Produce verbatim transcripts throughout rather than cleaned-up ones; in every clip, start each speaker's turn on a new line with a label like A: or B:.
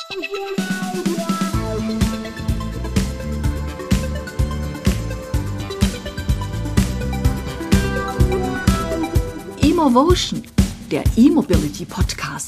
A: Emovotion, der E-Mobility Podcast.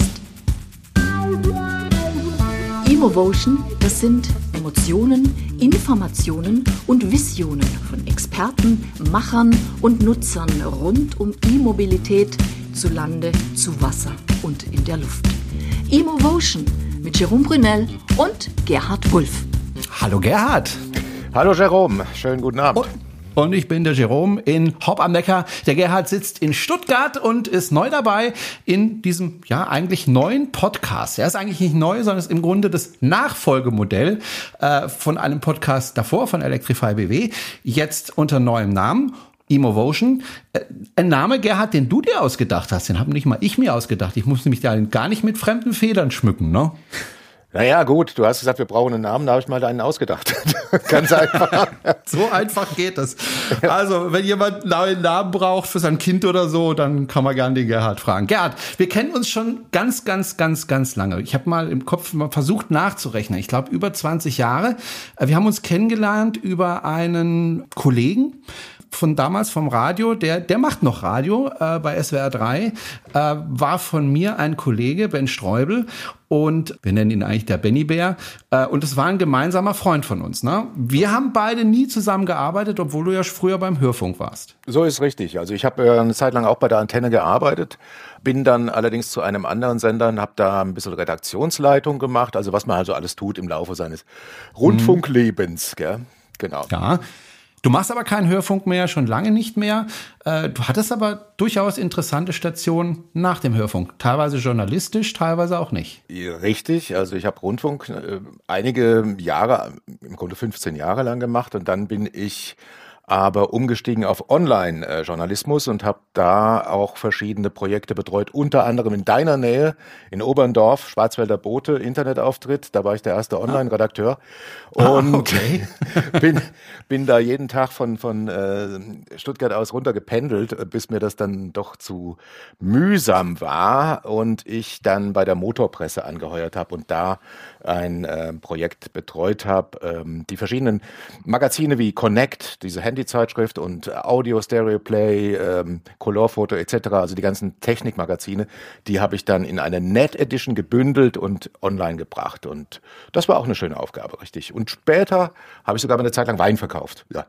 A: Emovotion, das sind Emotionen, Informationen und Visionen von Experten, Machern und Nutzern rund um E-Mobilität zu Lande, zu Wasser und in der Luft. Emovotion mit Jerome Brunel und Gerhard Wulff.
B: Hallo Gerhard.
C: Hallo Jerome, schönen guten Abend.
B: Und Und ich bin der Jerome in Hopp am Neckar. Der Gerhard sitzt in Stuttgart und ist neu dabei in diesem, ja, eigentlich neuen Podcast. Er ist eigentlich nicht neu, sondern ist im Grunde das Nachfolgemodell äh, von einem Podcast davor, von Electrify B W. Jetzt unter neuem Namen. Emovotion. Äh, ein Name, Gerhard, den du dir ausgedacht hast, den habe nicht mal ich mir ausgedacht. Ich muss nämlich da gar nicht mit fremden Federn schmücken, ne?
C: Naja, gut, du hast gesagt, wir brauchen einen Namen, da habe ich mal einen ausgedacht. Ganz einfach.
B: So einfach geht das. Also, wenn jemand einen neuen Namen braucht für sein Kind oder so, dann kann man gerne den Gerhard fragen. Gerhard, wir kennen uns schon ganz, ganz, ganz, ganz lange. Ich habe mal im Kopf mal versucht nachzurechnen. Ich glaube, über zwanzig Jahre. Wir haben uns kennengelernt über einen Kollegen von damals vom Radio, der der macht noch Radio äh, bei S W R drei, äh, war von mir ein Kollege, Ben Streubel, und wir nennen ihn eigentlich der Benny Bär, äh, und es war ein gemeinsamer Freund von uns. Ne? Wir haben beide nie zusammen gearbeitet, obwohl du ja früher beim Hörfunk warst.
C: So ist richtig. Also ich habe äh, eine Zeit lang auch bei der Antenne gearbeitet, bin dann allerdings zu einem anderen Sender und habe da ein bisschen Redaktionsleitung gemacht, also was man also alles tut im Laufe seines Rundfunklebens. Gell? Genau.
B: Ja. Du machst aber keinen Hörfunk mehr, schon lange nicht mehr. Du hattest aber durchaus interessante Stationen nach dem Hörfunk. Teilweise journalistisch, teilweise auch nicht.
C: Richtig, also ich habe Rundfunk äh, einige Jahre, im Grunde fünfzehn Jahre lang gemacht und dann bin ich aber umgestiegen auf Online-Journalismus und habe da auch verschiedene Projekte betreut, unter anderem in deiner Nähe, in Oberndorf, Schwarzwälder Bote, Internetauftritt, da war ich der erste Online-Redakteur und
B: ah, okay.
C: bin, bin da jeden Tag von, von äh, Stuttgart aus runter gependelt, bis mir das dann doch zu mühsam war und ich dann bei der Motorpresse angeheuert habe und da ein äh, Projekt betreut habe, ähm, die verschiedenen Magazine wie Connect, diese Handyzeitschrift und Audio, Stereo Play, ähm, Colorfoto et cetera, also die ganzen Technikmagazine, die habe ich dann in eine Net Edition gebündelt und online gebracht und das war auch eine schöne Aufgabe, richtig. Und später habe ich sogar mal eine Zeit lang Wein verkauft, ja.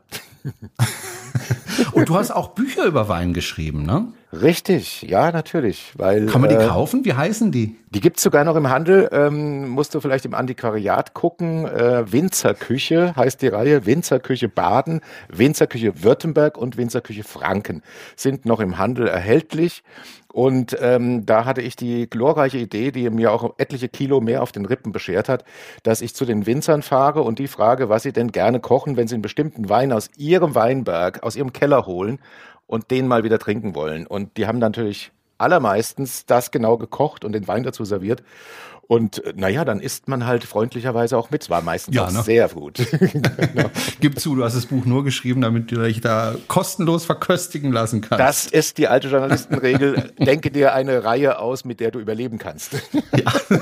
B: Und du hast auch Bücher über Wein geschrieben, ne?
C: Richtig, ja, natürlich. Weil,
B: Kann man die
C: äh,
B: kaufen? Wie heißen die?
C: Die gibt's sogar noch im Handel. Ähm, musst du vielleicht im Antiquariat gucken. Äh, Winzerküche heißt die Reihe. Winzerküche Baden, Winzerküche Württemberg und Winzerküche Franken sind noch im Handel erhältlich. Und ähm, da hatte ich die glorreiche Idee, die mir auch etliche Kilo mehr auf den Rippen beschert hat, dass ich zu den Winzern fahre und die frage, was sie denn gerne kochen, wenn sie einen bestimmten Wein aus ihrem Weinberg, aus ihrem Keller holen und den mal wieder trinken wollen. Und die haben natürlich allermeistens das genau gekocht und den Wein dazu serviert. Und naja, dann isst man halt freundlicherweise auch mit. Es war meistens
B: ja,
C: auch
B: ne?
C: sehr gut. Genau.
B: Gib zu, du hast das Buch nur geschrieben, damit du dich da kostenlos verköstigen lassen kannst.
C: Das ist die alte Journalistenregel. Denke dir eine Reihe aus, mit der du überleben kannst.
B: Ja.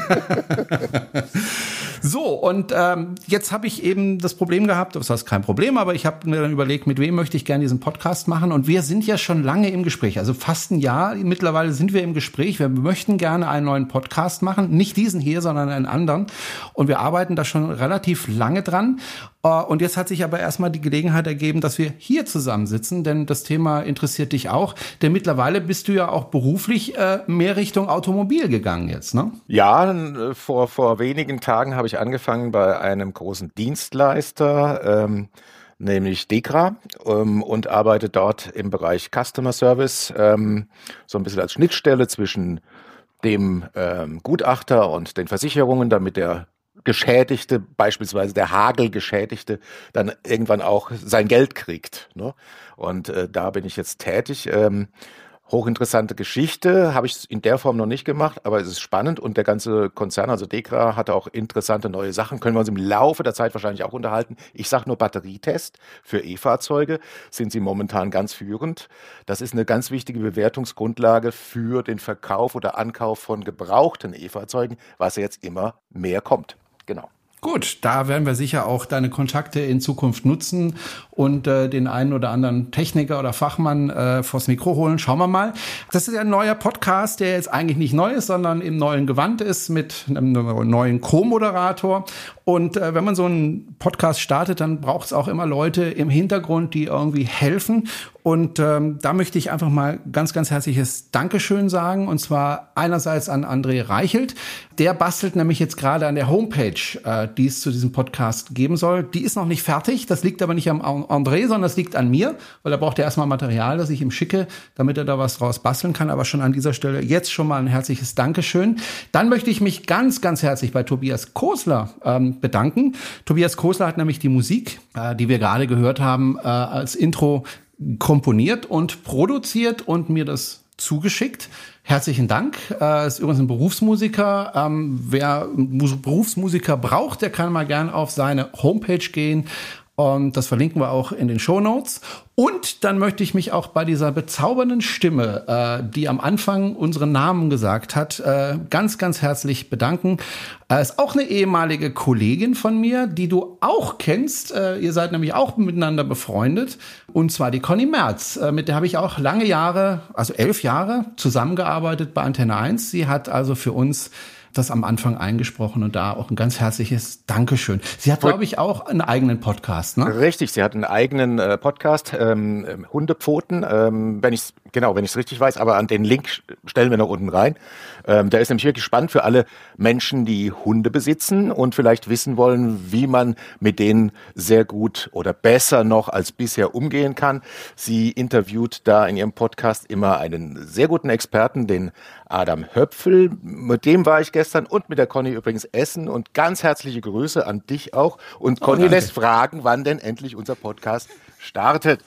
B: So, und ähm, jetzt habe ich eben das Problem gehabt, das heißt kein Problem, aber ich habe mir dann überlegt, mit wem möchte ich gerne diesen Podcast machen. Und wir sind ja schon lange im Gespräch, also fast ein Jahr mittlerweile sind wir im Gespräch. Wir möchten gerne einen neuen Podcast machen, nicht diesen hier, sondern einen anderen. Und wir arbeiten da schon relativ lange dran. Und jetzt hat sich aber erstmal die Gelegenheit ergeben, dass wir hier zusammensitzen, denn das Thema interessiert dich auch. Denn mittlerweile bist du ja auch beruflich äh, mehr Richtung Automobil gegangen jetzt, ne?
C: Ja, vor, vor wenigen Tagen habe ich angefangen bei einem großen Dienstleister, ähm, nämlich DEKRA, ähm, und arbeite dort im Bereich Customer Service, ähm, so ein bisschen als Schnittstelle zwischen dem ähm, Gutachter und den Versicherungen, damit der Geschädigte, beispielsweise der Hagelgeschädigte, dann irgendwann auch sein Geld kriegt. Ne? Und äh, da bin ich jetzt tätig. Ähm, Hochinteressante Geschichte, habe ich in der Form noch nicht gemacht, aber es ist spannend und der ganze Konzern, also DEKRA, hatte auch interessante neue Sachen, können wir uns im Laufe der Zeit wahrscheinlich auch unterhalten. Ich sage nur Batterietest für E-Fahrzeuge, sind sie momentan ganz führend. Das ist eine ganz wichtige Bewertungsgrundlage für den Verkauf oder Ankauf von gebrauchten E-Fahrzeugen, was jetzt immer mehr kommt. Genau.
B: Gut, da werden wir sicher auch deine Kontakte in Zukunft nutzen und äh, den einen oder anderen Techniker oder Fachmann äh, vors Mikro holen. Schauen wir mal. Das ist ja ein neuer Podcast, der jetzt eigentlich nicht neu ist, sondern im neuen Gewand ist mit einem neuen Co-Moderator. Und äh, wenn man so einen Podcast startet, dann braucht es auch immer Leute im Hintergrund, die irgendwie helfen. Und ähm, da möchte ich einfach mal ganz, ganz herzliches Dankeschön sagen. Und zwar einerseits an André Reichelt. Der bastelt nämlich jetzt gerade an der Homepage, äh, die es zu diesem Podcast geben soll. Die ist noch nicht fertig. Das liegt aber nicht am André, sondern das liegt an mir. Weil er braucht ja erstmal Material, das ich ihm schicke, damit er da was draus basteln kann. Aber schon an dieser Stelle jetzt schon mal ein herzliches Dankeschön. Dann möchte ich mich ganz, ganz herzlich bei Tobias Kosler ähm, bedanken. Tobias Kosler hat nämlich die Musik, äh, die wir gerade gehört haben, äh, als Intro komponiert und produziert und mir das zugeschickt. Herzlichen Dank. Er ist übrigens ein Berufsmusiker. Ähm, wer Berufsmusiker braucht, der kann mal gern auf seine Homepage gehen. Und das verlinken wir auch in den Shownotes. Und dann möchte ich mich auch bei dieser bezaubernden Stimme, äh, die am Anfang unseren Namen gesagt hat, äh, ganz, ganz herzlich bedanken. Er äh, ist auch eine ehemalige Kollegin von mir, die du auch kennst. Äh, ihr seid nämlich auch miteinander befreundet. Und zwar die Conny Merz. Äh, mit der habe ich auch lange Jahre, also elf Jahre, zusammengearbeitet bei Antenne eins. Sie hat also für uns das am Anfang eingesprochen und da auch ein ganz herzliches Dankeschön. Sie hat, glaube ich, auch einen eigenen Podcast, ne?
C: Richtig, sie hat einen eigenen äh, Podcast, ähm, Hundepfoten, ähm, wenn ich genau, wenn ich es richtig weiß, aber an den Link stellen wir noch unten rein. Ähm, der ist nämlich wirklich spannend für alle Menschen, die Hunde besitzen und vielleicht wissen wollen, wie man mit denen sehr gut oder besser noch als bisher umgehen kann. Sie interviewt da in ihrem Podcast immer einen sehr guten Experten, den Adam Höpfel. Mit dem war ich gestern und mit der Conny übrigens essen und ganz herzliche Grüße an dich auch. Und Conny oh, lässt fragen, wann denn endlich unser Podcast startet.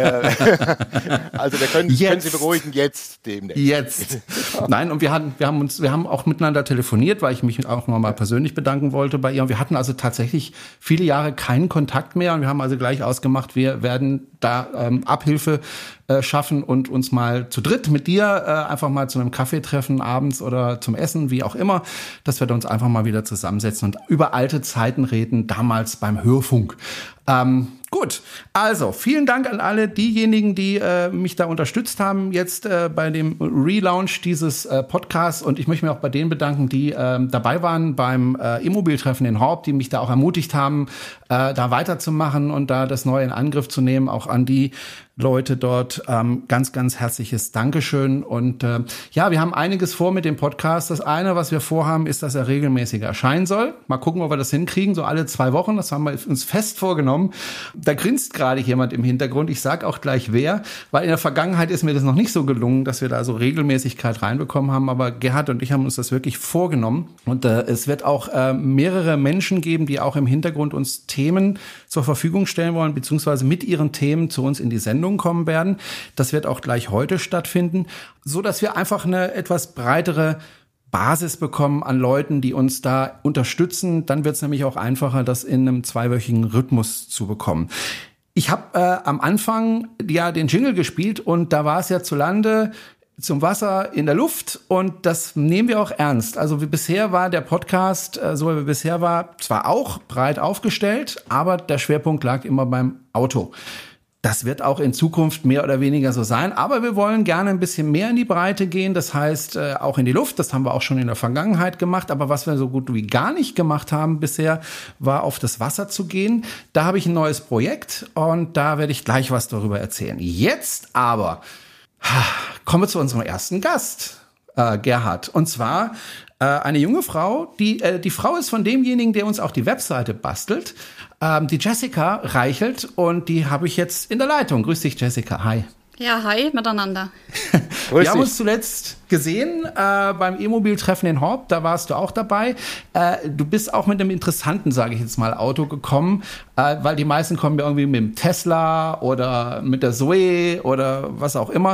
C: Also wir können, können Sie beruhigen, jetzt demnächst.
B: Jetzt. Nein, und wir hatten, wir haben uns, wir haben auch miteinander telefoniert, weil ich mich auch nochmal persönlich bedanken wollte bei ihr. Und wir hatten also tatsächlich viele Jahre keinen Kontakt mehr und wir haben also gleich ausgemacht, wir werden da ähm, Abhilfe äh, schaffen und uns mal zu dritt mit dir äh, einfach mal zu einem Kaffee treffen abends oder zum Essen, wie auch immer, dass wir da uns einfach mal wieder zusammensetzen und über alte Zeiten reden, damals beim Hörfunk. Ähm, Gut, also vielen Dank an alle diejenigen, die äh, mich da unterstützt haben jetzt äh, bei dem Relaunch dieses äh, Podcasts und ich möchte mich auch bei denen bedanken, die äh, dabei waren beim äh, E-Mobil-Treffen in Horb, die mich da auch ermutigt haben, äh, da weiterzumachen und da das Neue in Angriff zu nehmen, auch an die Leute dort ähm, ganz, ganz herzliches Dankeschön und äh, ja, wir haben einiges vor mit dem Podcast. Das eine, was wir vorhaben, ist, dass er regelmäßiger erscheinen soll. Mal gucken, ob wir das hinkriegen, so alle zwei Wochen. Das haben wir uns fest vorgenommen. Da grinst gerade jemand im Hintergrund. Ich sag auch gleich wer, weil in der Vergangenheit ist mir das noch nicht so gelungen, dass wir da so Regelmäßigkeit reinbekommen haben. Aber Gerhard und ich haben uns das wirklich vorgenommen. Und äh, es wird auch äh, mehrere Menschen geben, die auch im Hintergrund uns Themen zur Verfügung stellen wollen, beziehungsweise mit ihren Themen zu uns in die Sendung kommen werden. Das wird auch gleich heute stattfinden, so dass wir einfach eine etwas breitere Basis bekommen an Leuten, die uns da unterstützen. Dann wird es nämlich auch einfacher, das in einem zweiwöchigen Rhythmus zu bekommen. Ich habe äh, am Anfang ja den Jingle gespielt und da war es ja zu Lande, zum Wasser, in der Luft und das nehmen wir auch ernst. Also wie bisher war der Podcast, äh, so wie bisher war, zwar auch breit aufgestellt, aber der Schwerpunkt lag immer beim Auto. Das wird auch in Zukunft mehr oder weniger so sein, aber wir wollen gerne ein bisschen mehr in die Breite gehen, das heißt äh, auch in die Luft, das haben wir auch schon in der Vergangenheit gemacht, aber was wir so gut wie gar nicht gemacht haben bisher, war auf das Wasser zu gehen. Da habe ich ein neues Projekt und da werde ich gleich was darüber erzählen. Jetzt aber kommen wir zu unserem ersten Gast, äh, Gerhard, und zwar äh, eine junge Frau, die äh, die Frau ist von demjenigen, der uns auch die Webseite bastelt, ähm, die Jessica Reichelt und die habe ich jetzt in der Leitung. Grüß dich, Jessica. Hi.
D: Ja, hi miteinander.
B: Wir haben uns zuletzt gesehen äh, beim E-Mobil-Treffen in Horb, da warst du auch dabei. Äh, du bist auch mit einem interessanten, sage ich jetzt mal, Auto gekommen, äh, weil die meisten kommen ja irgendwie mit dem Tesla oder mit der Zoe oder was auch immer.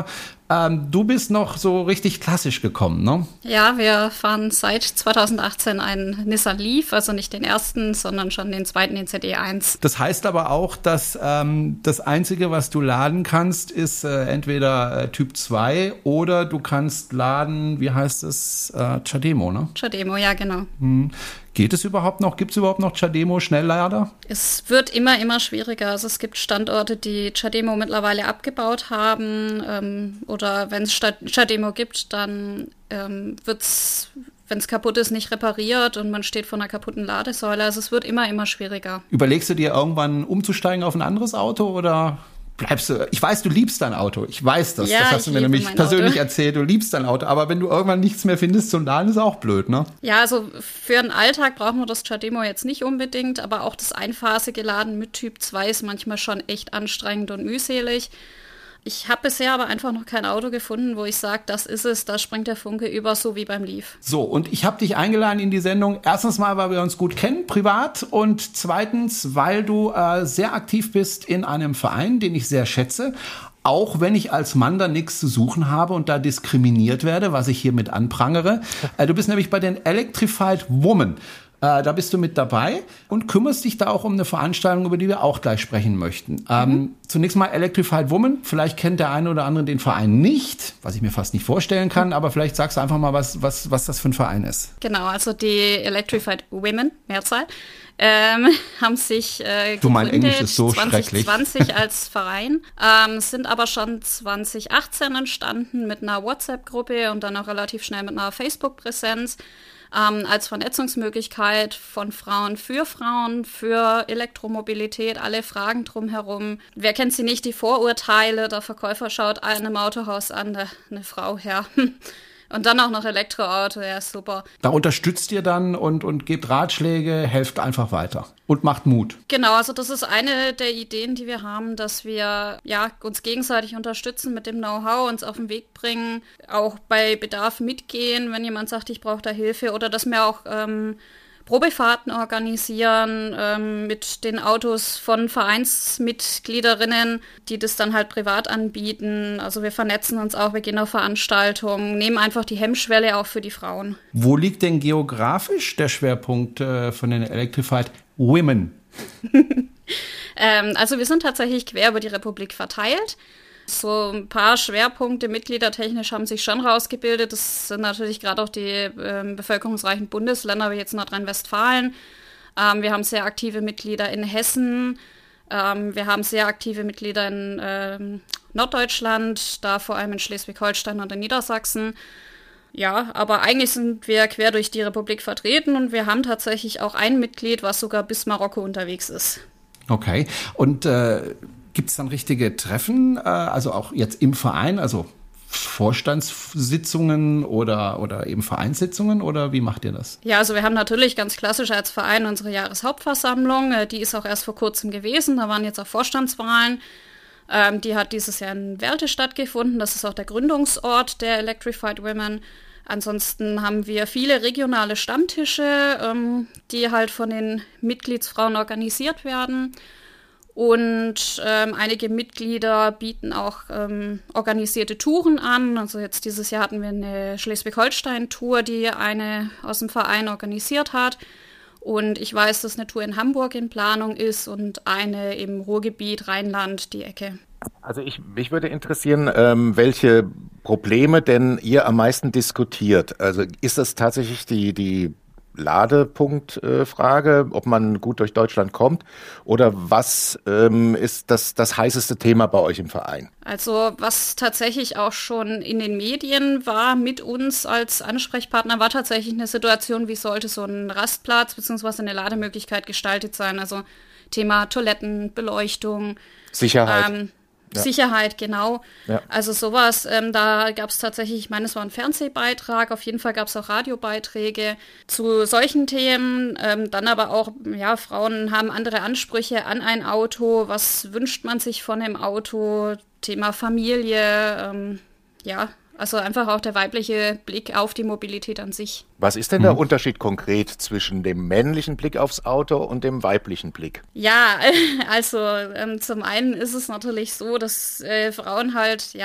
B: Ähm, du bist noch so richtig klassisch gekommen, ne?
D: Ja, wir fahren seit zweitausendachtzehn einen Nissan Leaf, also nicht den ersten, sondern schon den zweiten, den Z E eins.
B: Das heißt aber auch, dass ähm, das Einzige, was du laden kannst, ist äh, entweder äh, Typ zwei oder du kannst laden, wie heißt es, äh, CHAdeMO, ne?
D: CHAdeMO, ja, genau.
B: Hm. Geht es überhaupt noch? Gibt es überhaupt noch CHAdeMO-Schnelllader?
D: Es wird immer, immer schwieriger. Also es gibt Standorte, die CHAdeMO mittlerweile abgebaut haben. Ähm, oder wenn es CHAdeMO gibt, dann ähm, wird es, wenn es kaputt ist, nicht repariert und man steht vor einer kaputten Ladesäule. Also es wird immer, immer schwieriger.
B: Überlegst du dir irgendwann umzusteigen auf ein anderes Auto oder bleibst du? Ich weiß, du liebst dein Auto. Ich weiß das.
D: Ja,
B: das hast du mir nämlich persönlich
D: Auto.
B: erzählt. Du liebst dein Auto. Aber wenn du irgendwann nichts mehr findest zum Laden, ist auch blöd, ne?
D: Ja, also für einen Alltag brauchen wir das CHAdeMO jetzt nicht unbedingt. Aber auch das einphasige Laden mit Typ zwei ist manchmal schon echt anstrengend und mühselig. Ich habe bisher aber einfach noch kein Auto gefunden, wo ich sage, das ist es, da springt der Funke über, so wie beim Leaf.
B: So, und ich habe dich eingeladen in die Sendung. Erstens mal, weil wir uns gut kennen, privat. Und zweitens, weil du äh, sehr aktiv bist in einem Verein, den ich sehr schätze. Auch wenn ich als Mann da nichts zu suchen habe und da diskriminiert werde, was ich hiermit anprangere. Äh, du bist nämlich bei den Electrified Women. Äh, da bist du mit dabei und kümmerst dich da auch um eine Veranstaltung, über die wir auch gleich sprechen möchten. Ähm, mhm. Zunächst mal Electrified Woman. Vielleicht kennt der eine oder andere den Verein nicht, was ich mir fast nicht vorstellen kann, aber vielleicht sagst du einfach mal, was, was, was das für ein Verein ist.
D: Genau, also die Electrified Women, Mehrzahl, ähm, haben sich äh,
B: du, mein Englisch ist so
D: zwanzig zwanzig als Verein, ähm, sind aber schon zwanzig achtzehn entstanden mit einer WhatsApp-Gruppe und dann auch relativ schnell mit einer Facebook-Präsenz. Ähm, als Vernetzungsmöglichkeit von Frauen für Frauen, für Elektromobilität, alle Fragen drumherum. Wer kennt sie nicht, die Vorurteile, der Verkäufer schaut einem Autohaus an, eine Frau, ja. Und dann auch noch Elektroauto, ja, super.
B: Da unterstützt ihr dann und, und gebt Ratschläge, helft einfach weiter und macht Mut.
D: Genau, also das ist eine der Ideen, die wir haben, dass wir ja uns gegenseitig unterstützen mit dem Know-how, uns auf den Weg bringen, auch bei Bedarf mitgehen, wenn jemand sagt, ich brauche da Hilfe, oder dass wir auch ähm, Probefahrten organisieren ähm, mit den Autos von Vereinsmitgliederinnen, die das dann halt privat anbieten. Also wir vernetzen uns auch, wir gehen auf Veranstaltungen, nehmen einfach die Hemmschwelle auch für die Frauen.
B: Wo liegt denn geografisch der Schwerpunkt äh, von den Electrified Women?
D: ähm, also wir sind tatsächlich quer über die Republik verteilt. So ein paar Schwerpunkte mitgliedertechnisch haben sich schon rausgebildet. Das sind natürlich gerade auch die ähm, bevölkerungsreichen Bundesländer, wie jetzt Nordrhein-Westfalen. Ähm, wir haben sehr aktive Mitglieder in Hessen. Ähm, wir haben sehr aktive Mitglieder in ähm, Norddeutschland, da vor allem in Schleswig-Holstein und in Niedersachsen. Ja, aber eigentlich sind wir quer durch die Republik vertreten und wir haben tatsächlich auch ein Mitglied, was sogar bis Marokko unterwegs ist.
B: Okay, und äh gibt es dann richtige Treffen, also auch jetzt im Verein, also Vorstandssitzungen oder, oder eben Vereinssitzungen, oder wie macht ihr das?
D: Ja, also wir haben natürlich ganz klassisch als Verein unsere Jahreshauptversammlung, die ist auch erst vor kurzem gewesen, da waren jetzt auch Vorstandswahlen. Ähm, die hat dieses Jahr in Werlte stattgefunden, das ist auch der Gründungsort der Electrified Women. Ansonsten haben wir viele regionale Stammtische, ähm, die halt von den Mitgliedsfrauen organisiert werden. Und ähm, einige Mitglieder bieten auch ähm, organisierte Touren an. Also jetzt dieses Jahr hatten wir eine Schleswig-Holstein-Tour, die eine aus dem Verein organisiert hat. Und ich weiß, dass eine Tour in Hamburg in Planung ist und eine im Ruhrgebiet, Rheinland, die Ecke.
C: Also ich, mich würde interessieren, ähm, welche Probleme denn ihr am meisten diskutiert. Also ist das tatsächlich die, die Ladepunktfrage, äh, ob man gut durch Deutschland kommt, oder was ähm, ist das, das heißeste Thema bei euch im Verein?
D: Also was tatsächlich auch schon in den Medien war mit uns als Ansprechpartner, war tatsächlich eine Situation, wie sollte so ein Rastplatz bzw. eine Lademöglichkeit gestaltet sein. Also Thema Toiletten, Beleuchtung,
C: Sicherheit.
D: Ähm,
C: Ja.
D: Sicherheit, genau.
C: Ja.
D: Also sowas, ähm, da gab es tatsächlich, ich meine, es war ein Fernsehbeitrag, auf jeden Fall gab es auch Radiobeiträge zu solchen Themen. Ähm, dann aber auch, ja, Frauen haben andere Ansprüche an ein Auto. Was wünscht man sich von dem Auto? Thema Familie, ähm, ja, also einfach auch der weibliche Blick auf die Mobilität an sich.
C: Was ist denn der Unterschied konkret zwischen dem männlichen Blick aufs Auto und dem weiblichen Blick?
D: Ja, also ähm, zum einen ist es natürlich so, dass äh, Frauen halt, ja,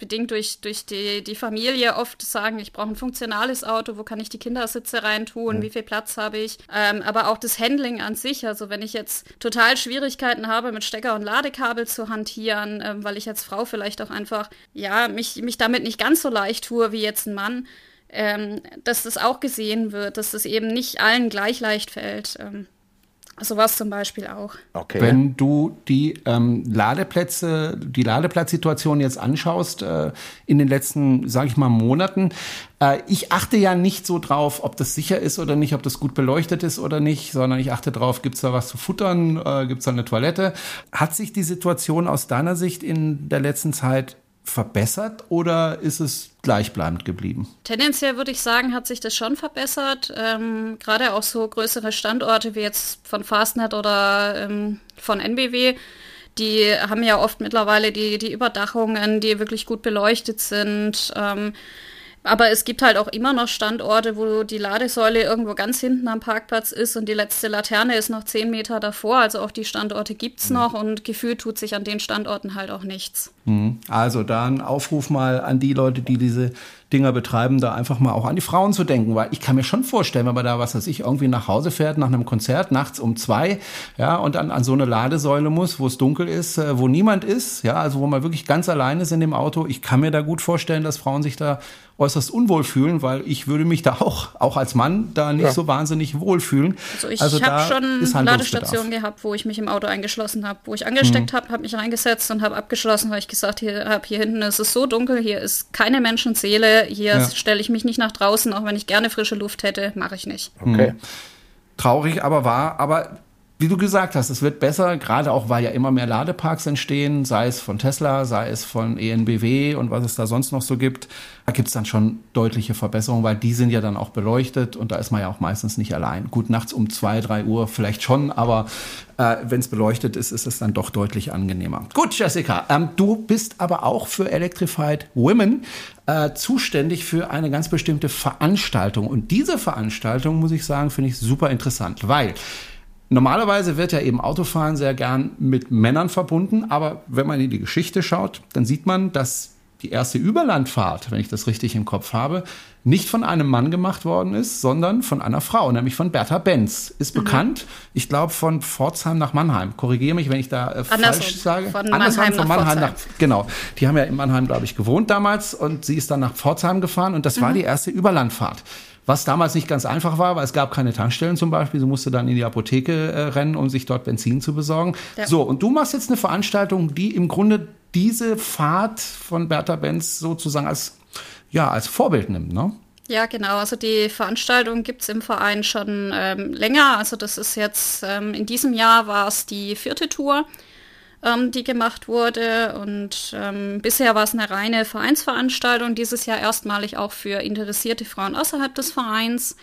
D: bedingt durch, durch die, die Familie oft sagen, ich brauche ein funktionales Auto, wo kann ich die Kindersitze reintun, mhm. wie viel Platz habe ich. Ähm, aber auch das Handling an sich, also wenn ich jetzt total Schwierigkeiten habe, mit Stecker und Ladekabel zu hantieren, ähm, weil ich als Frau vielleicht auch einfach, ja, mich, mich damit nicht ganz so leicht tue wie jetzt ein Mann, ähm, dass das auch gesehen wird, dass das eben nicht allen gleich leicht fällt. Ähm, So was zum Beispiel auch.
B: Okay. Wenn du die ähm, Ladeplätze, die Ladeplatzsituation jetzt anschaust äh, in den letzten, sage ich mal, Monaten, äh, ich achte ja nicht so drauf, ob das sicher ist oder nicht, ob das gut beleuchtet ist oder nicht, sondern ich achte drauf, gibt es da was zu futtern, äh, gibt es da eine Toilette. Hat sich die Situation aus deiner Sicht in der letzten Zeit verbessert oder ist es gleichbleibend geblieben?
D: Tendenziell würde ich sagen, hat sich das schon verbessert. Ähm, gerade auch so größere Standorte wie jetzt von Fastnet oder ähm, von N B W, die haben ja oft mittlerweile die, die Überdachungen, die wirklich gut beleuchtet sind. Ähm, aber es gibt halt auch immer noch Standorte, wo die Ladesäule irgendwo ganz hinten am Parkplatz ist und die letzte Laterne ist noch zehn Meter davor. Also auch die Standorte gibt's noch und gefühlt tut sich an den Standorten halt auch nichts.
B: Also da ein Aufruf mal an die Leute, die diese Dinger betreiben, da einfach mal auch an die Frauen zu denken, weil ich kann mir schon vorstellen, wenn man da, was weiß ich, irgendwie nach Hause fährt, nach einem Konzert, nachts um zwei, ja, und dann an so eine Ladesäule muss, wo es dunkel ist, wo niemand ist, ja, also wo man wirklich ganz allein ist in dem Auto. Ich kann mir da gut vorstellen, dass Frauen sich da äußerst unwohl fühlen, weil ich würde mich da auch, auch als Mann, da nicht ja. so wahnsinnig wohlfühlen.
D: Also ich also habe schon Ladestationen gehabt, wo ich mich im Auto eingeschlossen habe, wo ich angesteckt mhm. habe, habe mich reingesetzt und habe abgeschlossen, weil ich gesagt habe, hier hinten ist es so dunkel, hier ist keine Menschenseele, hier ja. stelle ich mich nicht nach draußen, auch wenn ich gerne frische Luft hätte, mache ich nicht.
B: Okay. Mhm. Traurig, aber wahr, aber wie du gesagt hast, es wird besser, gerade auch, weil ja immer mehr Ladeparks entstehen, sei es von Tesla, sei es von E N B W und was es da sonst noch so gibt. Da gibt es dann schon deutliche Verbesserungen, weil die sind ja dann auch beleuchtet und da ist man ja auch meistens nicht allein. Gut, nachts um zwei, drei Uhr vielleicht schon, aber äh, wenn es beleuchtet ist, ist es dann doch deutlich angenehmer. Gut, Jessica, ähm, du bist aber auch für Electrified Women äh, zuständig für eine ganz bestimmte Veranstaltung. Und diese Veranstaltung, muss ich sagen, finde ich super interessant, weil normalerweise wird ja eben Autofahren sehr gern mit Männern verbunden, aber wenn man in die Geschichte schaut, dann sieht man, dass die erste Überlandfahrt, wenn ich das richtig im Kopf habe, nicht von einem Mann gemacht worden ist, sondern von einer Frau, nämlich von Bertha Benz. Ist mhm. bekannt, ich glaube, von Pforzheim nach Mannheim. Korrigiere mich, wenn ich da äh, falsch sage.
D: Von Andersheim, von Mannheim nach, nach
B: Genau, die haben ja in Mannheim, glaube ich, gewohnt damals und sie ist dann nach Pforzheim gefahren und das mhm. war die erste Überlandfahrt. Was damals nicht ganz einfach war, weil es gab keine Tankstellen zum Beispiel. Sie musste dann in die Apotheke äh, rennen, um sich dort Benzin zu besorgen. Ja. So, und du machst jetzt eine Veranstaltung, die im Grunde diese Fahrt von Bertha Benz sozusagen als, ja, als Vorbild nimmt, ne?
D: Ja, genau. Also die Veranstaltung gibt es im Verein schon ähm, länger. Also das ist jetzt, ähm, in diesem Jahr war es die vierte Tour, ähm, die gemacht wurde. Und ähm, bisher war es eine reine Vereinsveranstaltung. Dieses Jahr erstmalig auch für interessierte Frauen außerhalb des Vereins.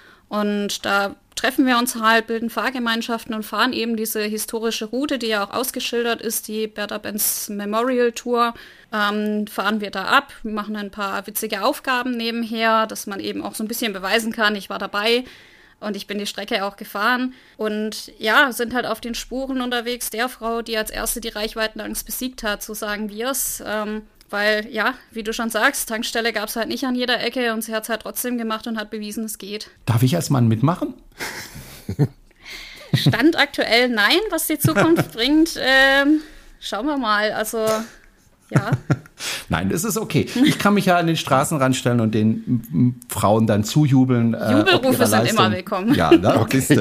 D: Und da treffen wir uns halt, bilden Fahrgemeinschaften und fahren eben diese historische Route, die ja auch ausgeschildert ist, die Bertha Benz Memorial Tour, ähm, fahren wir da ab, machen ein paar witzige Aufgaben nebenher, dass man eben auch so ein bisschen beweisen kann, ich war dabei und ich bin die Strecke auch gefahren. Und ja, sind halt auf den Spuren unterwegs der Frau, die als erste die Reichweitenangst besiegt hat, so sagen wir es. Ähm, Weil, ja, wie du schon sagst, Tankstelle gab es halt nicht an jeder Ecke und sie hat es halt trotzdem gemacht und hat bewiesen, es geht.
B: Darf ich als Mann mitmachen?
D: Stand aktuell nein, was die Zukunft bringt. Ähm, schauen wir mal, also, ja.
B: Nein, das ist okay. Ich kann mich ja an den Straßenrand stellen und den m- Frauen dann zujubeln.
D: Jubelrufe äh, sind Leistung. Immer willkommen.
B: Ja, ne? Okay.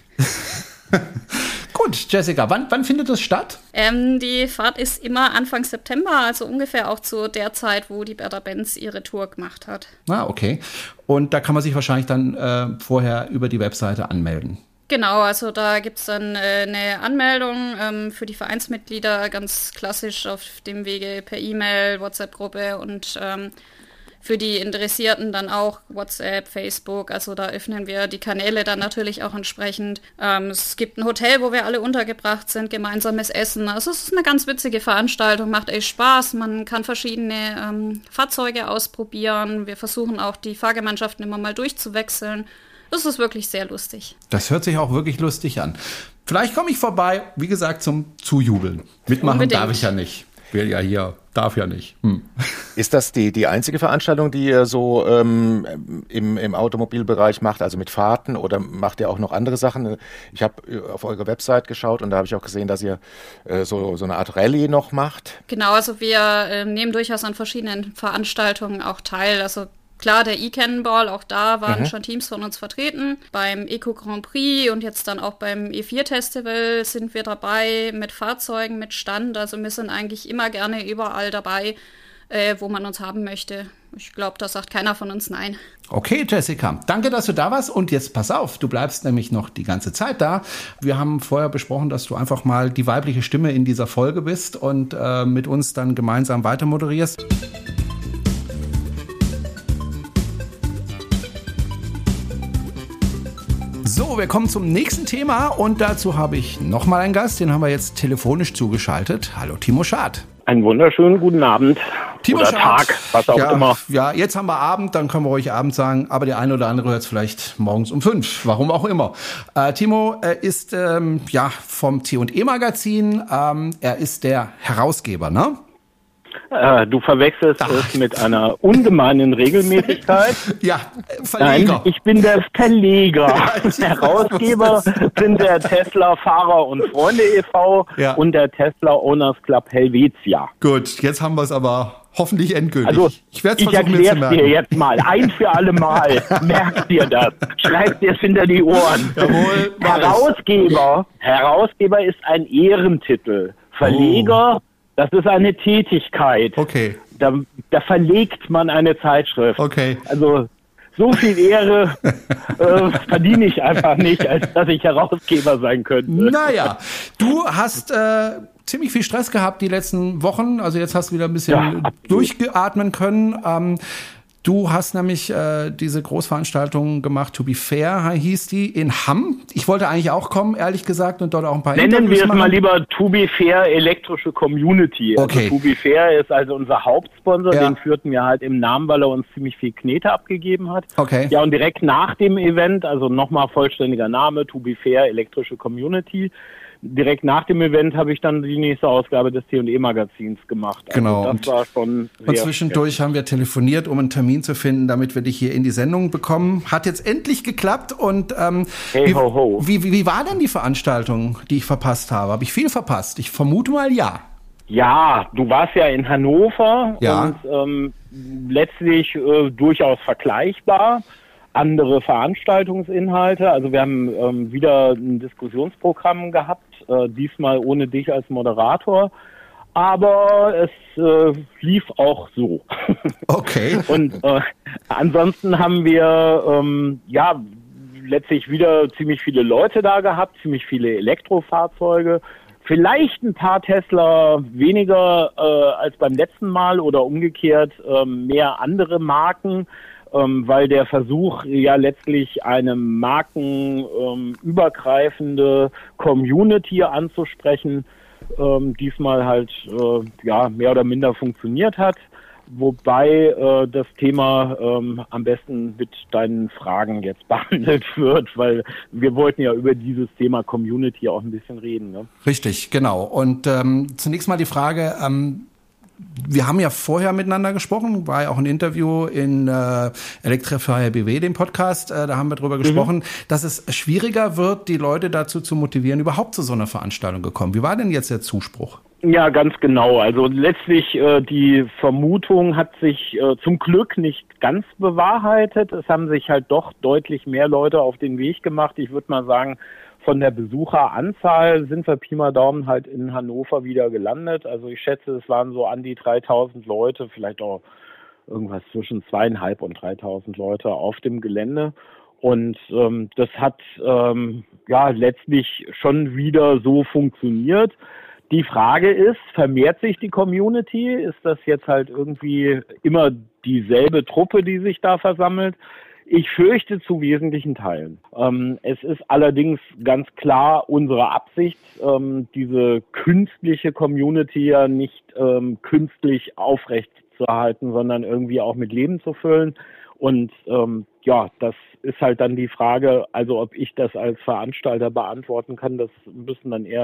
B: Gut, Jessica, wann, wann findet das statt?
D: Ähm, die Fahrt ist immer Anfang September, also ungefähr auch zu der Zeit, wo die Bertha Benz ihre Tour gemacht hat.
B: Ah, okay. Und da kann man sich wahrscheinlich dann äh, vorher über die Webseite anmelden.
D: Genau, also da gibt es dann äh, eine Anmeldung ähm, für die Vereinsmitglieder, ganz klassisch auf dem Wege per E-Mail, WhatsApp-Gruppe und ähm, für die Interessierten dann auch WhatsApp, Facebook, also da öffnen wir die Kanäle dann natürlich auch entsprechend. Ähm, es gibt ein Hotel, wo wir alle untergebracht sind, gemeinsames Essen. Also es ist eine ganz witzige Veranstaltung, macht echt Spaß. Man kann verschiedene ähm, Fahrzeuge ausprobieren. Wir versuchen auch die Fahrgemeinschaften immer mal durchzuwechseln. Das ist wirklich sehr lustig.
B: Das hört sich auch wirklich lustig an. Vielleicht komme ich vorbei, wie gesagt, zum Zujubeln. Mitmachen Unbedingt. Darf ich ja nicht. will ja hier, darf ja nicht. Hm.
C: Ist das die, die einzige Veranstaltung, die ihr so ähm, im, im Automobilbereich macht, also mit Fahrten, oder macht ihr auch noch andere Sachen? Ich habe auf eure Website geschaut und da habe ich auch gesehen, dass ihr äh, so, so eine Art Rallye noch macht.
D: Genau, also wir äh, nehmen durchaus an verschiedenen Veranstaltungen auch teil. Also klar, der E-Cannonball, auch da waren mhm. schon Teams von uns vertreten. Beim Eco Grand Prix und jetzt dann auch beim E vier Festival sind wir dabei mit Fahrzeugen, mit Stand. Also wir sind eigentlich immer gerne überall dabei, äh, wo man uns haben möchte. Ich glaube, da sagt keiner von uns nein.
B: Okay, Jessica, danke, dass du da warst. Und jetzt pass auf, du bleibst nämlich noch die ganze Zeit da. Wir haben vorher besprochen, dass du einfach mal die weibliche Stimme in dieser Folge bist und äh, mit uns dann gemeinsam weiter moderierst. So, wir kommen zum nächsten Thema und dazu habe ich nochmal einen Gast, den haben wir jetzt telefonisch zugeschaltet. Hallo, Timo Schad.
E: Einen wunderschönen guten Abend
B: Timo
E: oder
B: Schad.
E: Tag, was auch
B: ja,
E: immer.
B: Ja, jetzt haben wir Abend, dann können wir ruhig Abend sagen, aber der eine oder andere hört es vielleicht morgens um fünf, warum auch immer. Äh, Timo äh, ist ähm, ja vom T und E Magazin, ähm, er ist der Herausgeber, ne?
E: Äh, du verwechselst Ach. es mit einer ungemeinen Regelmäßigkeit.
B: Ja, Verleger.
E: Nein, ich bin der Verleger. Herausgeber sind der Tesla Fahrer und Freunde e V
B: ja.
E: und der Tesla Owners Club Helvetia.
B: Gut, jetzt haben wir es aber hoffentlich endgültig.
E: Also,
B: ich werde
E: es versuchen, mir zu merken. Dir jetzt mal, ein für alle Mal. Merk dir das. Schreib dir es hinter die Ohren.
B: Jawohl.
E: Herausgeber. Herausgeber ist ein Ehrentitel. Verleger. Oh. Das ist eine Tätigkeit.
B: Okay.
E: Da, da verlegt man eine Zeitschrift.
B: Okay.
E: Also so viel Ehre äh, verdiene ich einfach nicht, als dass ich Herausgeber sein könnte.
B: Naja, du hast äh, ziemlich viel Stress gehabt die letzten Wochen. Also jetzt hast du wieder ein bisschen ja, durchgeatmen können. Ähm, Du hast nämlich äh, diese Großveranstaltung gemacht, To Be Fair hieß die, in Hamm. Ich wollte eigentlich auch kommen, ehrlich gesagt, und dort auch ein paar
E: Nennen
B: Interviews
E: wir es
B: machen.
E: mal lieber To Be Fair elektrische Community.
B: Okay.
E: Also To Be Fair ist also unser Hauptsponsor,
B: ja.
E: den führten wir halt im Namen, weil er uns ziemlich viel Knete abgegeben hat.
B: Okay.
E: Ja, und direkt nach dem Event, also nochmal vollständiger Name, To Be Fair elektrische Community, direkt nach dem Event habe ich dann die nächste Ausgabe des T und E Magazins gemacht. Also
B: genau.
E: Das war schon sehr
B: und zwischendurch haben wir telefoniert, um einen Termin zu finden, damit wir dich hier in die Sendung bekommen. Hat jetzt endlich geklappt. Und ähm,
E: hey,
B: wie,
E: ho, ho.
B: Wie, wie, wie war denn die Veranstaltung, die ich verpasst habe? Habe ich viel verpasst? Ich vermute mal ja.
E: Ja, du warst ja in Hannover
B: ja.
E: und ähm, letztlich äh, durchaus vergleichbar. Andere Veranstaltungsinhalte. Also wir haben ähm, wieder ein Diskussionsprogramm gehabt, äh, diesmal ohne dich als Moderator. Aber es äh, lief auch so.
B: Okay.
E: Und äh, ansonsten haben wir ähm, ja letztlich wieder ziemlich viele Leute da gehabt, ziemlich viele Elektrofahrzeuge. Vielleicht ein paar Tesla weniger äh, als beim letzten Mal oder umgekehrt äh, mehr andere Marken. Ähm, weil der Versuch ja letztlich eine markenübergreifende ähm, Community anzusprechen, ähm, diesmal halt äh, ja mehr oder minder funktioniert hat, wobei äh, das Thema ähm, am besten mit deinen Fragen jetzt behandelt wird, weil wir wollten ja über dieses Thema Community auch ein bisschen reden. Ne?
B: Richtig, genau. Und ähm, zunächst mal die Frage, ähm, wir haben ja vorher miteinander gesprochen, war ja auch ein Interview in äh, Elektrify B W, dem Podcast, äh, da haben wir drüber mhm. gesprochen, dass es schwieriger wird, die Leute dazu zu motivieren, überhaupt zu so einer Veranstaltung gekommen. Wie war denn jetzt der Zuspruch?
E: Ja, ganz genau. Also letztlich äh, die Vermutung hat sich äh, zum Glück nicht ganz bewahrheitet. Es haben sich halt doch deutlich mehr Leute auf den Weg gemacht. Ich würde mal sagen, von der Besucheranzahl sind wir Pi mal Daumen halt in Hannover wieder gelandet. Also ich schätze, es waren so an die dreitausend Leute, vielleicht auch irgendwas zwischen zweieinhalb und dreitausend Leute auf dem Gelände. Und ähm, das hat ähm, ja letztlich schon wieder so funktioniert. Die Frage ist, vermehrt sich die Community? Ist das jetzt halt irgendwie immer dieselbe Truppe, die sich da versammelt? Ich fürchte zu wesentlichen Teilen. Ähm, es ist allerdings ganz klar unsere Absicht, ähm, diese künstliche Community ja nicht ähm, künstlich aufrecht zu erhalten, sondern irgendwie auch mit Leben zu füllen. Und ähm, ja, das ist halt dann die Frage, also ob ich das als Veranstalter beantworten kann, das müssen dann eher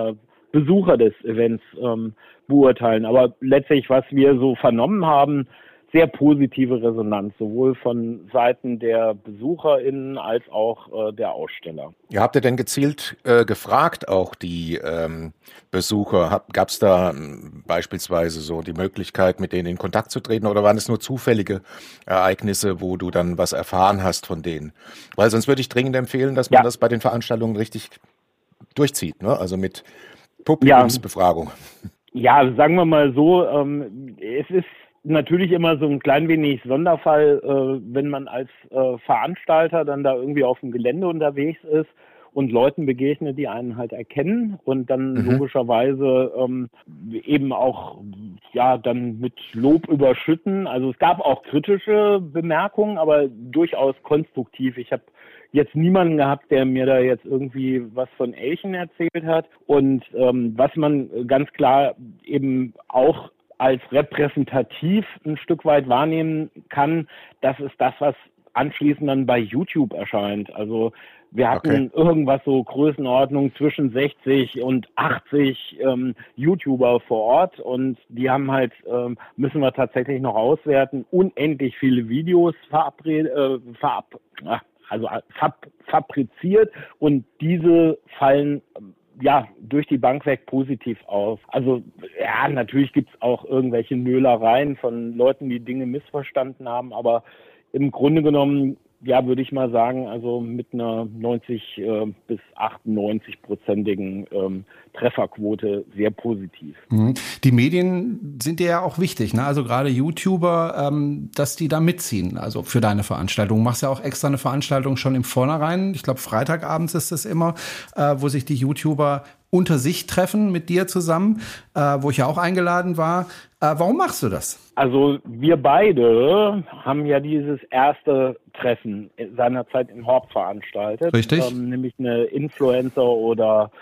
E: Besucher des Events ähm, beurteilen. Aber letztlich, was wir so vernommen haben, sehr positive Resonanz, sowohl von Seiten der BesucherInnen als auch äh, der Aussteller.
C: Ja, habt ihr denn gezielt äh, gefragt, auch die ähm, Besucher? Gab es da ähm, beispielsweise so die Möglichkeit, mit denen in Kontakt zu treten, oder waren es nur zufällige Ereignisse, wo du dann was erfahren hast von denen? Weil sonst würde ich dringend empfehlen, dass man ja. das bei den Veranstaltungen richtig durchzieht, ne? Also mit Publikumsbefragung.
E: Ja, ja, sagen wir mal so, ähm, es ist natürlich immer so ein klein wenig Sonderfall, äh, wenn man als äh, Veranstalter dann da irgendwie auf dem Gelände unterwegs ist und Leuten begegnet, die einen halt erkennen und dann mhm. logischerweise ähm, eben auch ja dann mit Lob überschütten. Also es gab auch kritische Bemerkungen, aber durchaus konstruktiv. Ich habe jetzt niemanden gehabt, der mir da jetzt irgendwie was von Elchen erzählt hat. Und ähm, was man ganz klar eben auch als repräsentativ ein Stück weit wahrnehmen kann, das ist das, was anschließend dann bei YouTube erscheint. Also wir hatten okay. irgendwas so Größenordnung zwischen sechzig und achtzig ähm, YouTuber vor Ort und die haben halt, ähm, müssen wir tatsächlich noch auswerten, unendlich viele Videos verabredet, äh, verab, also fab, fabriziert und diese fallen ja, durch die Bank weg positiv auf. Also ja, natürlich gibt's auch irgendwelche Nölereien von Leuten, die Dinge missverstanden haben, aber im Grunde genommen, ja, würde ich mal sagen, also mit einer neunzig äh, bis achtundneunzig-prozentigen ähm, Trefferquote sehr positiv.
B: Die Medien sind dir ja auch wichtig, ne? Also gerade YouTuber, ähm, dass die da mitziehen, also für deine Veranstaltung. Du machst ja auch extra eine Veranstaltung schon im Vornherein. Ich glaube, Freitagabends ist es immer, äh, wo sich die YouTuber unter sich treffen mit dir zusammen, äh, wo ich ja auch eingeladen war. Äh, warum machst du das?
E: Also wir beide haben ja dieses erste Treffen seinerzeit in Horb veranstaltet.
B: Richtig.
E: Ähm, nämlich eine Influencer- oder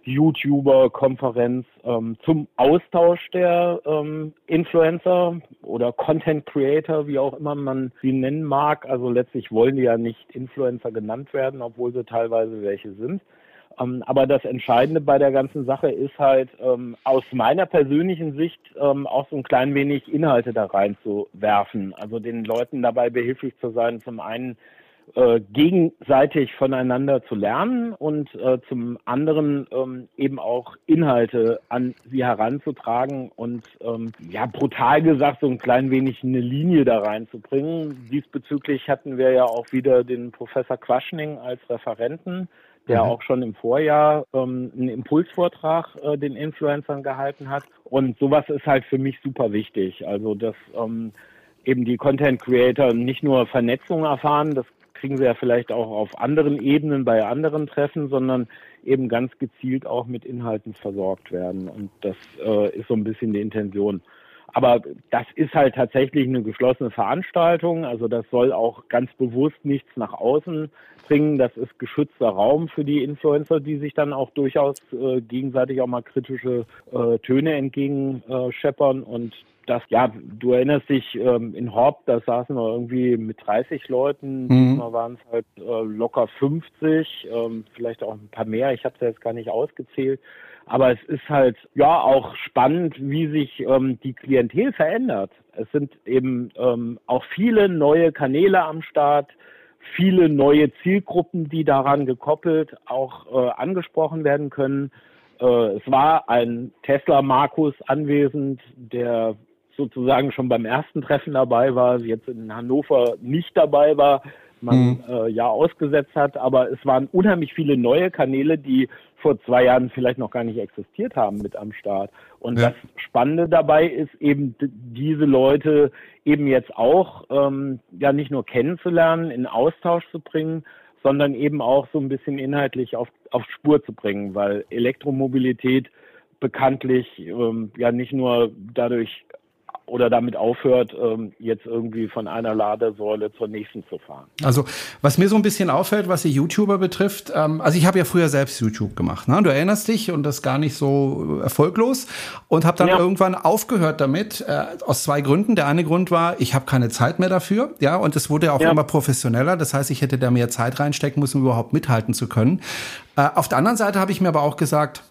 E: YouTuber-Konferenz ähm, zum Austausch der ähm, Influencer oder Content Creator, wie auch immer man sie nennen mag. Also letztlich wollen die ja nicht Influencer genannt werden, obwohl sie teilweise welche sind. Ähm, aber das Entscheidende bei der ganzen Sache ist halt ähm, aus meiner persönlichen Sicht ähm, auch so ein klein wenig Inhalte da reinzuwerfen. Also den Leuten dabei behilflich zu sein, zum einen äh, gegenseitig voneinander zu lernen und äh, zum anderen ähm, eben auch Inhalte an sie heranzutragen und ähm, ja brutal gesagt so ein klein wenig eine Linie da reinzubringen. Diesbezüglich hatten wir ja auch wieder den Professor Quaschning als Referenten, der auch schon im Vorjahr ähm, einen Impulsvortrag äh, den Influencern gehalten hat. Und sowas ist halt für mich super wichtig. Also, dass ähm, eben die Content Creator nicht nur Vernetzung erfahren, das kriegen sie ja vielleicht auch auf anderen Ebenen bei anderen Treffen, sondern eben ganz gezielt auch mit Inhalten versorgt werden. Und das äh, ist so ein bisschen die Intention. Aber das ist halt tatsächlich eine geschlossene Veranstaltung. Also das soll auch ganz bewusst nichts nach außen bringen. Das ist geschützter Raum für die Influencer, die sich dann auch durchaus äh, gegenseitig auch mal kritische äh, Töne entgegenscheppern. Und das, ja, du erinnerst dich, ähm, in Horb, da saßen wir irgendwie mit dreißig Leuten. Mhm. Diesmal waren es halt äh, locker fünfzig, ähm, vielleicht auch ein paar mehr. Ich habe es ja jetzt gar nicht ausgezählt. Aber es ist halt ja auch spannend, wie sich ähm, die Klientel verändert. Es sind eben ähm, auch viele neue Kanäle am Start, viele neue Zielgruppen, die daran gekoppelt auch äh, angesprochen werden können. Äh, es war ein Tesla-Markus anwesend, der sozusagen schon beim ersten Treffen dabei war, jetzt in Hannover nicht dabei war, man mhm. äh, ja ausgesetzt hat, aber es waren unheimlich viele neue Kanäle, die vor zwei Jahren vielleicht noch gar nicht existiert haben mit am Start. Und ja. das Spannende dabei ist eben d- diese Leute eben jetzt auch ähm, ja nicht nur kennenzulernen, in Austausch zu bringen, sondern eben auch so ein bisschen inhaltlich auf, auf Spur zu bringen, weil Elektromobilität bekanntlich ähm, ja nicht nur dadurch oder damit aufhört, ähm, jetzt irgendwie von einer Ladesäule zur nächsten zu fahren.
B: Also was mir so ein bisschen auffällt, was die YouTuber betrifft, ähm, also ich habe ja früher selbst YouTube gemacht, ne? Du erinnerst dich, und das gar nicht so erfolglos, und habe dann ja. irgendwann aufgehört damit, äh, aus zwei Gründen. Der eine Grund war, ich habe keine Zeit mehr dafür, ja, und es wurde auch ja. immer professioneller. Das heißt, ich hätte da mehr Zeit reinstecken müssen, um überhaupt mithalten zu können. Äh, auf der anderen Seite habe ich mir aber auch gesagt,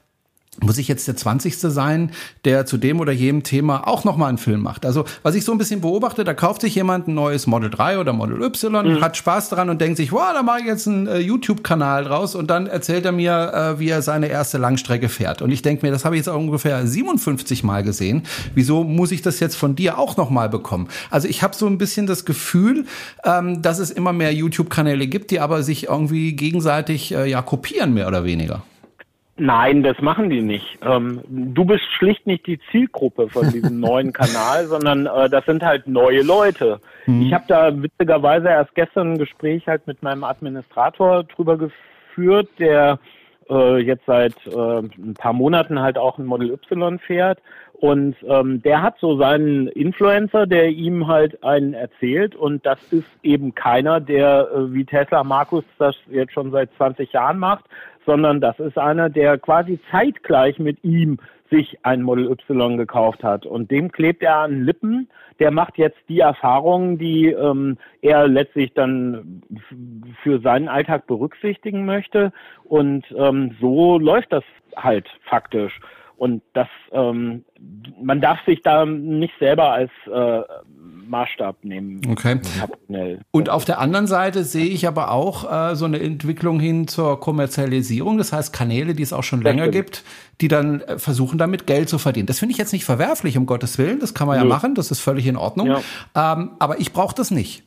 B: muss ich jetzt der zwanzigste sein, der zu dem oder jedem Thema auch nochmal einen Film macht. Also was ich so ein bisschen beobachte, da kauft sich jemand ein neues Model drei oder Model Y, mhm. hat Spaß daran und denkt sich, wow, da mache ich jetzt einen äh, YouTube-Kanal draus und dann erzählt er mir, äh, wie er seine erste Langstrecke fährt. Und ich denke mir, das habe ich jetzt auch ungefähr siebenundfünfzig Mal gesehen. Wieso muss ich das jetzt von dir auch nochmal bekommen? Also ich habe so ein bisschen das Gefühl, ähm, dass es immer mehr YouTube-Kanäle gibt, die aber sich irgendwie gegenseitig äh, ja kopieren, mehr oder weniger.
E: Nein, das machen die nicht. Ähm, du bist schlicht nicht die Zielgruppe von diesem neuen Kanal, sondern äh, das sind halt neue Leute. Mhm. Ich habe da witzigerweise erst gestern ein Gespräch halt mit meinem Administrator drüber geführt, der äh, jetzt seit äh, ein paar Monaten halt auch ein Model Y fährt. Und ähm, der hat so seinen Influencer, der ihm halt einen erzählt. Und das ist eben keiner, der äh, wie Tesla Markus das jetzt schon seit zwanzig Jahren macht, sondern das ist einer, der quasi zeitgleich mit ihm sich ein Model Y gekauft hat. Und dem klebt er an den Lippen. Der macht jetzt die Erfahrungen, die ähm, er letztlich dann f- für seinen Alltag berücksichtigen möchte. Und ähm, so läuft das halt faktisch. Und das, ähm, man darf sich da nicht selber als äh, Maßstab nehmen.
B: Okay. Und auf der anderen Seite sehe ich aber auch äh, so eine Entwicklung hin zur Kommerzialisierung. Das heißt Kanäle, die es auch schon länger gibt, die dann äh, versuchen, damit Geld zu verdienen. Das finde ich jetzt nicht verwerflich, um Gottes Willen. Das kann man ja Nö. machen. Das ist völlig in Ordnung. Ja. Ähm, aber ich brauche das nicht.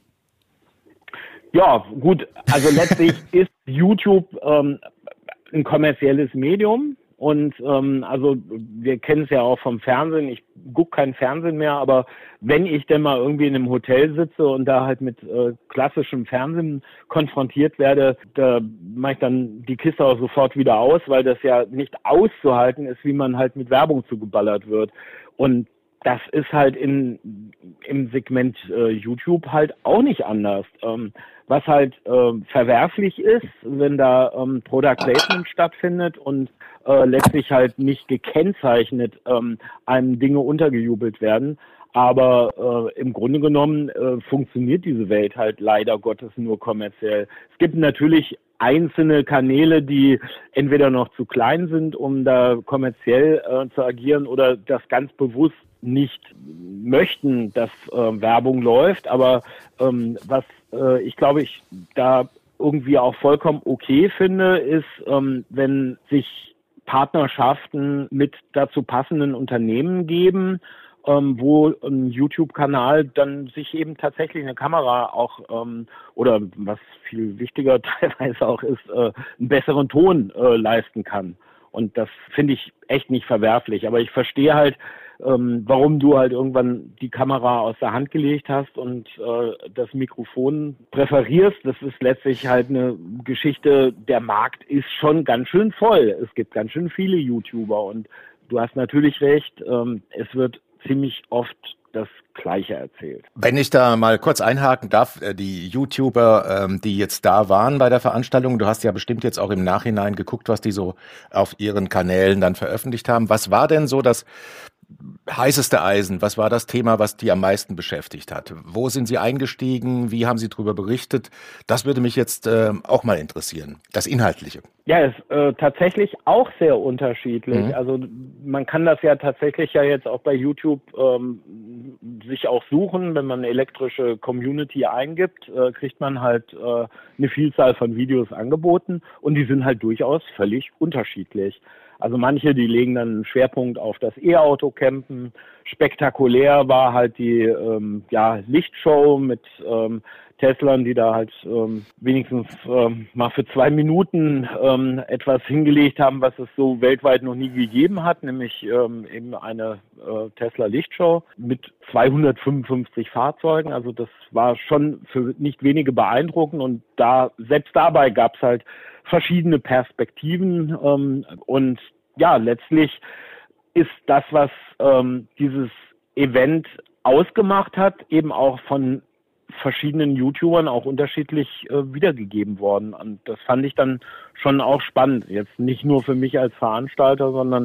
E: Ja, gut. Also letztlich ist YouTube ähm, ein kommerzielles Medium. Und ähm, also wir kennen es ja auch vom Fernsehen. Ich gucke kein Fernsehen mehr, aber wenn ich denn mal irgendwie in einem Hotel sitze und da halt mit äh, klassischem Fernsehen konfrontiert werde, da mache ich dann die Kiste auch sofort wieder aus, weil das ja nicht auszuhalten ist, wie man halt mit Werbung zugeballert wird. Und das ist halt in im Segment äh, YouTube halt auch nicht anders. Ähm, was halt äh, verwerflich ist, wenn da ähm, Product Placement stattfindet und äh, letztlich halt nicht gekennzeichnet ähm, einem Dinge untergejubelt werden. Aber äh, im Grunde genommen äh, funktioniert diese Welt halt leider Gottes nur kommerziell. Es gibt natürlich einzelne Kanäle, die entweder noch zu klein sind, um da kommerziell äh, zu agieren, oder das ganz bewusst nicht möchten, dass äh, Werbung läuft. Aber ähm, was äh, ich glaube, ich da irgendwie auch vollkommen okay finde, ist, ähm, wenn sich Partnerschaften mit dazu passenden Unternehmen geben, ähm, wo ein YouTube-Kanal dann sich eben tatsächlich eine Kamera auch ähm, oder was viel wichtiger teilweise auch ist, äh, einen besseren Ton äh, leisten kann. Und das finde ich echt nicht verwerflich. Aber ich verstehe halt, ähm, warum du halt irgendwann die Kamera aus der Hand gelegt hast und äh, das Mikrofon präferierst. Das ist letztlich halt eine Geschichte, der Markt ist schon ganz schön voll. Es gibt ganz schön viele YouTuber und du hast natürlich recht, ähm, es wird ziemlich oft das Gleiche erzählt.
C: Wenn ich da mal kurz einhaken darf, die YouTuber, ähm, die jetzt da waren bei der Veranstaltung, du hast ja bestimmt jetzt auch im Nachhinein geguckt, was die so auf ihren Kanälen dann veröffentlicht haben. Was war denn so das heißeste Eisen? Was war das Thema, was die am meisten beschäftigt hat? Wo sind Sie eingestiegen? Wie haben Sie darüber berichtet? Das würde mich jetzt äh, auch mal interessieren, das Inhaltliche.
E: Ja, es ist äh, tatsächlich auch sehr unterschiedlich. Mhm. Also man kann das ja tatsächlich ja jetzt auch bei YouTube ähm, sich auch suchen. Wenn man elektrische Community eingibt, äh, kriegt man halt äh, eine Vielzahl von Videos angeboten und die sind halt durchaus völlig unterschiedlich. Also manche, die legen dann einen Schwerpunkt auf das E-Auto-Campen. Spektakulär war halt die ähm, ja, Lichtshow mit ähm, Teslern, die da halt ähm, wenigstens ähm, mal für zwei Minuten ähm, etwas hingelegt haben, was es so weltweit noch nie gegeben hat, nämlich ähm, eben eine äh, Tesla-Lichtshow mit zweihundertfünfundfünfzig Fahrzeugen. Also das war schon für nicht wenige beeindruckend und da selbst dabei gab es halt verschiedene Perspektiven ähm, und ja, letztlich ist das, was ähm, dieses Event ausgemacht hat, eben auch von verschiedenen YouTubern auch unterschiedlich äh, wiedergegeben worden. Und das fand ich dann schon auch spannend. Jetzt nicht nur für mich als Veranstalter, sondern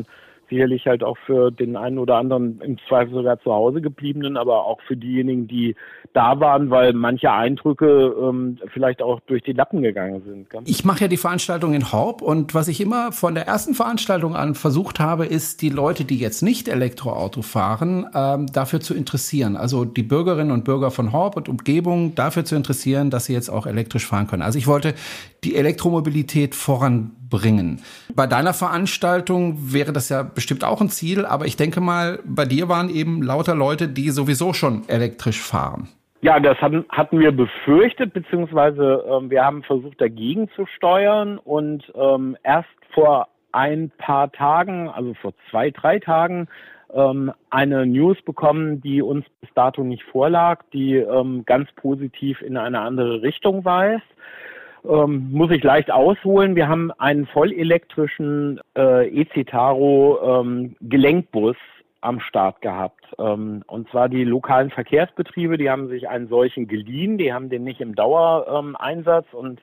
E: Sicherlich halt auch für den einen oder anderen im Zweifel sogar zu Hause gebliebenen, aber auch für diejenigen, die da waren, weil manche Eindrücke ähm, vielleicht auch durch die Lappen gegangen sind. Gell?
B: Ich mache ja die Veranstaltung in Horb und was ich immer von der ersten Veranstaltung an versucht habe, ist, die Leute, die jetzt nicht Elektroauto fahren, ähm, dafür zu interessieren. Also die Bürgerinnen und Bürger von Horb und Umgebung dafür zu interessieren, dass sie jetzt auch elektrisch fahren können. Also ich wollte die Elektromobilität voranbringen. Bei deiner Veranstaltung wäre das ja bestimmt auch ein Ziel, aber ich denke mal, bei dir waren eben lauter Leute, die sowieso schon elektrisch fahren.
E: Ja, das hatten, hatten wir befürchtet, beziehungsweise ähm, wir haben versucht, dagegen zu steuern und ähm, erst vor ein paar Tagen, also vor zwei, drei Tagen, ähm, eine News bekommen, die uns bis dato nicht vorlag, die ähm, ganz positiv in eine andere Richtung weist. Ähm, muss ich leicht ausholen. Wir haben einen vollelektrischen äh, e-Citaro ähm, Gelenkbus am Start gehabt. Ähm, und zwar die lokalen Verkehrsbetriebe, die haben sich einen solchen geliehen, die haben den nicht im Dauereinsatz ähm, und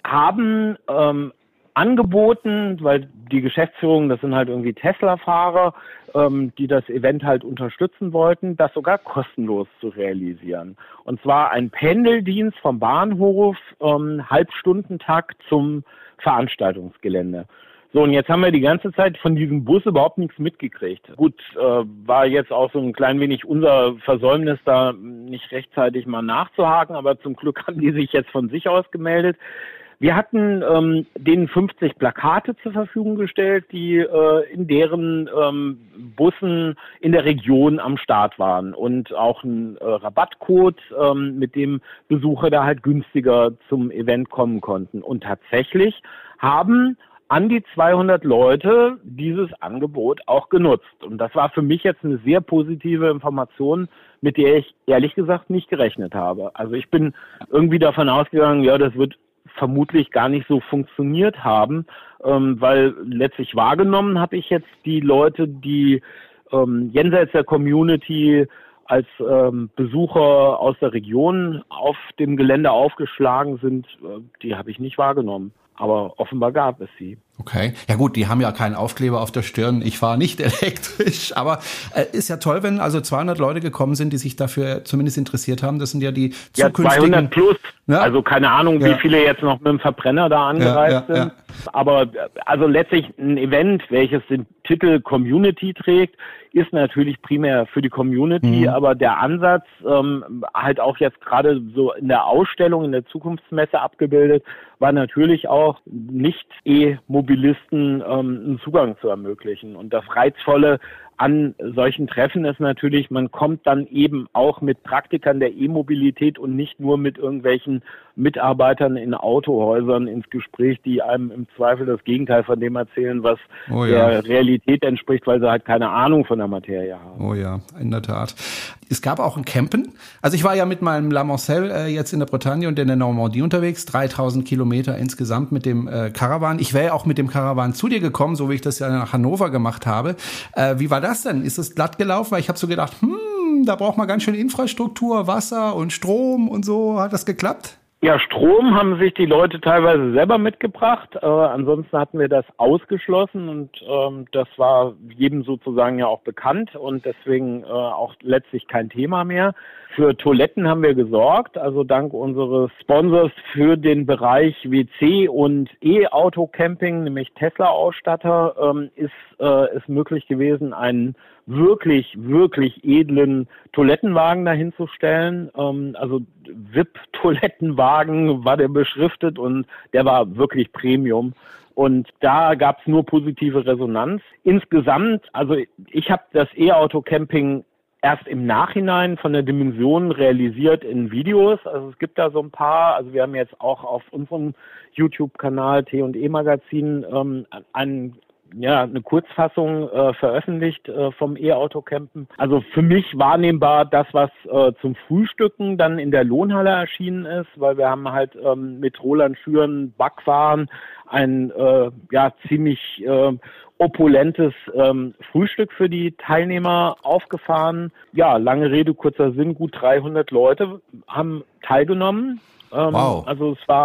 E: haben ähm, angeboten, weil die Geschäftsführung, das sind halt irgendwie Tesla-Fahrer, ähm, die das Event halt unterstützen wollten, das sogar kostenlos zu realisieren. Und zwar ein Pendeldienst vom Bahnhof, ähm, Halbstundentakt zum Veranstaltungsgelände. So, und jetzt haben wir die ganze Zeit von diesem Bus überhaupt nichts mitgekriegt. Gut, äh, war jetzt auch so ein klein wenig unser Versäumnis, da nicht rechtzeitig mal nachzuhaken, aber zum Glück haben die sich jetzt von sich aus gemeldet. Wir hatten ähm, denen fünfzig Plakate zur Verfügung gestellt, die äh, in deren ähm, Bussen in der Region am Start waren und auch ein äh, Rabattcode, ähm, mit dem Besucher da halt günstiger zum Event kommen konnten. Und tatsächlich haben an die zweihundert Leute dieses Angebot auch genutzt. Und das war für mich jetzt eine sehr positive Information, mit der ich ehrlich gesagt nicht gerechnet habe. Also ich bin irgendwie davon ausgegangen, ja, das wird vermutlich gar nicht so funktioniert haben, ähm, weil letztlich wahrgenommen habe ich jetzt die Leute, die ähm, jenseits der Community als ähm, Besucher aus der Region auf dem Gelände aufgeschlagen sind, äh, die habe ich nicht wahrgenommen. Aber offenbar gab es sie.
B: Okay. Ja gut, die haben ja keinen Aufkleber auf der Stirn. Ich fahre nicht elektrisch. Aber äh, ist ja toll, wenn also zweihundert Leute gekommen sind, die sich dafür zumindest interessiert haben. Das sind ja die zukünftigen...
E: Ja, zweihundert plus.
B: Ja?
E: Also keine Ahnung, wie
B: ja.
E: viele jetzt noch mit dem Verbrenner da angereist
B: ja, ja,
E: sind. Ja. Aber also letztlich ein Event, welches den Titel Community trägt, ist natürlich primär für die Community. Mhm. Aber der Ansatz, ähm, halt auch jetzt gerade so in der Ausstellung, in der Zukunftsmesse abgebildet, war natürlich auch nicht E-Mobilisten ähm, einen Zugang zu ermöglichen. Und das Reizvolle an solchen Treffen ist natürlich, man kommt dann eben auch mit Praktikern der E-Mobilität und nicht nur mit irgendwelchen Mitarbeitern in Autohäusern ins Gespräch, die einem im Zweifel das Gegenteil von dem erzählen, was oh ja. der Realität entspricht, weil sie halt keine Ahnung von der Materie haben.
B: Oh ja, in der Tat. Es gab auch ein Campen. Also ich war ja mit meinem La Mancelle äh, jetzt in der Bretagne und in der Normandie unterwegs, dreitausend Kilometer insgesamt mit dem äh, Caravan. Ich wäre auch mit dem Caravan zu dir gekommen, so wie ich das ja nach Hannover gemacht habe. Äh, wie war das denn? Ist es glatt gelaufen? Weil ich habe so gedacht, hm, da braucht man ganz schön Infrastruktur, Wasser und Strom und so. Hat das geklappt?
E: Ja, Strom haben sich die Leute teilweise selber mitgebracht. Äh, ansonsten hatten wir das ausgeschlossen und ähm, das war jedem sozusagen ja auch bekannt und deswegen äh, auch letztlich kein Thema mehr. Für Toiletten haben wir gesorgt, also dank unseres Sponsors für den Bereich W C und E-Auto-Camping, nämlich Tesla-Ausstatter, ähm, ist äh, es möglich gewesen, einen wirklich, wirklich edlen Toilettenwagen dahin zu stellen. Ähm, also V I P-Toilettenwagen war der beschriftet und der war wirklich Premium. Und da gab es nur positive Resonanz. Insgesamt, also ich habe das E-Auto-Camping erst im Nachhinein von der Dimension realisiert in Videos. Also es gibt da so ein paar, also wir haben jetzt auch auf unserem YouTube-Kanal T und E Magazin ähm, einen ja, eine Kurzfassung äh, veröffentlicht äh, vom E-Auto-Campen. Also für mich wahrnehmbar das, was äh, zum Frühstücken dann in der Lohnhalle erschienen ist, weil wir haben halt ähm, mit Roland Schüren Backwaren ein äh, ja ziemlich äh, opulentes ähm, Frühstück für die Teilnehmer aufgefahren. Ja, lange Rede, kurzer Sinn, gut dreihundert Leute haben teilgenommen. Ähm,
B: wow.
E: Also es war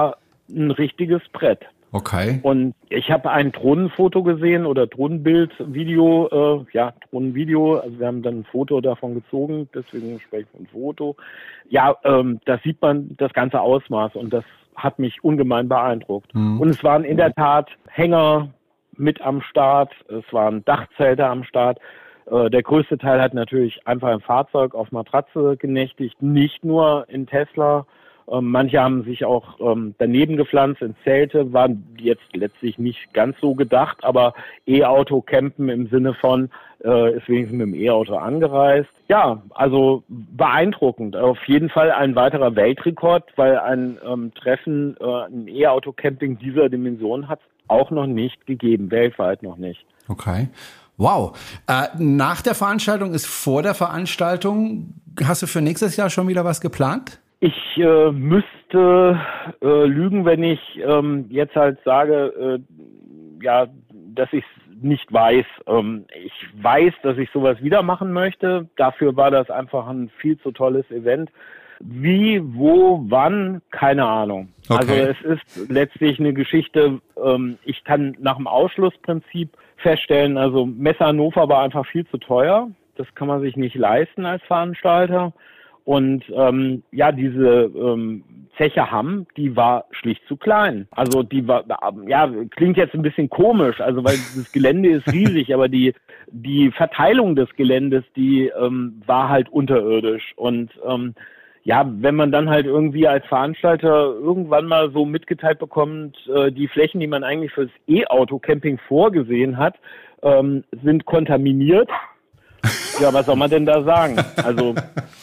E: ein richtiges Brett.
B: Okay.
E: Und ich habe ein Drohnenfoto gesehen oder Drohnenbild, Video, äh, ja, Drohnenvideo. Also wir haben dann ein Foto davon gezogen, deswegen spreche ich von Foto. Ja, ähm, da sieht man das ganze Ausmaß und das hat mich ungemein beeindruckt. Mhm. Und es waren in der Tat Hänger mit am Start, es waren Dachzelte am Start. Äh, der größte Teil hat natürlich einfach im Fahrzeug auf Matratze genächtigt, nicht nur in Tesla. Ähm, manche haben sich auch ähm, daneben gepflanzt in Zelte, waren jetzt letztlich nicht ganz so gedacht, aber E-Auto campen im Sinne von, äh, ist wenigstens mit dem E-Auto angereist. Ja, also beeindruckend. Auf jeden Fall ein weiterer Weltrekord, weil ein ähm, Treffen, äh, ein E-Auto-Camping dieser Dimension hat es auch noch nicht gegeben, weltweit noch nicht.
B: Okay. Wow. Äh, nach der Veranstaltung ist vor der Veranstaltung. Hast du für nächstes Jahr schon wieder was geplant?
E: Ich äh, müsste äh, lügen, wenn ich ähm, jetzt halt sage, äh, ja, dass ich es nicht weiß. Ähm, ich weiß, dass ich sowas wieder machen möchte. Dafür war das einfach ein viel zu tolles Event. Wie, wo, wann, keine Ahnung. Okay. Also es ist letztlich eine Geschichte, ähm, ich kann nach dem Ausschlussprinzip feststellen, also Messe Hannover war einfach viel zu teuer. Das kann man sich nicht leisten als Veranstalter. Und ähm, ja, diese ähm, Zeche Hamm, die war schlicht zu klein. Also die war, ja, klingt jetzt ein bisschen komisch, also weil das Gelände ist riesig, aber die die Verteilung des Geländes, die ähm, war halt unterirdisch. Und ähm, ja, wenn man dann halt irgendwie als Veranstalter irgendwann mal so mitgeteilt bekommt, äh, die Flächen, die man eigentlich fürs E-Auto-Camping vorgesehen hat, ähm, sind kontaminiert. Ja, was soll man denn da sagen? Also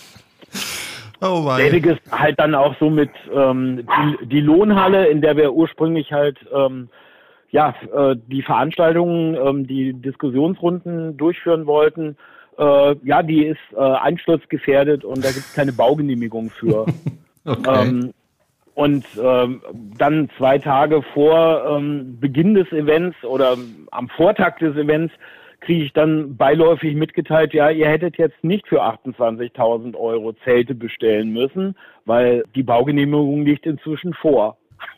B: oh mein.
E: Selbiges halt dann auch so mit ähm, die, die Lohnhalle, in der wir ursprünglich halt ähm, ja äh, die Veranstaltungen, ähm, die Diskussionsrunden durchführen wollten. Äh, ja, die ist äh, einsturzgefährdet und da gibt es keine Baugenehmigung für.
B: Okay.
E: Ähm, und ähm, dann zwei Tage vor ähm, Beginn des Events oder am Vortag des Events kriege ich dann beiläufig mitgeteilt, ja, ihr hättet jetzt nicht für achtundzwanzigtausend Euro Zelte bestellen müssen, weil die Baugenehmigung liegt inzwischen vor.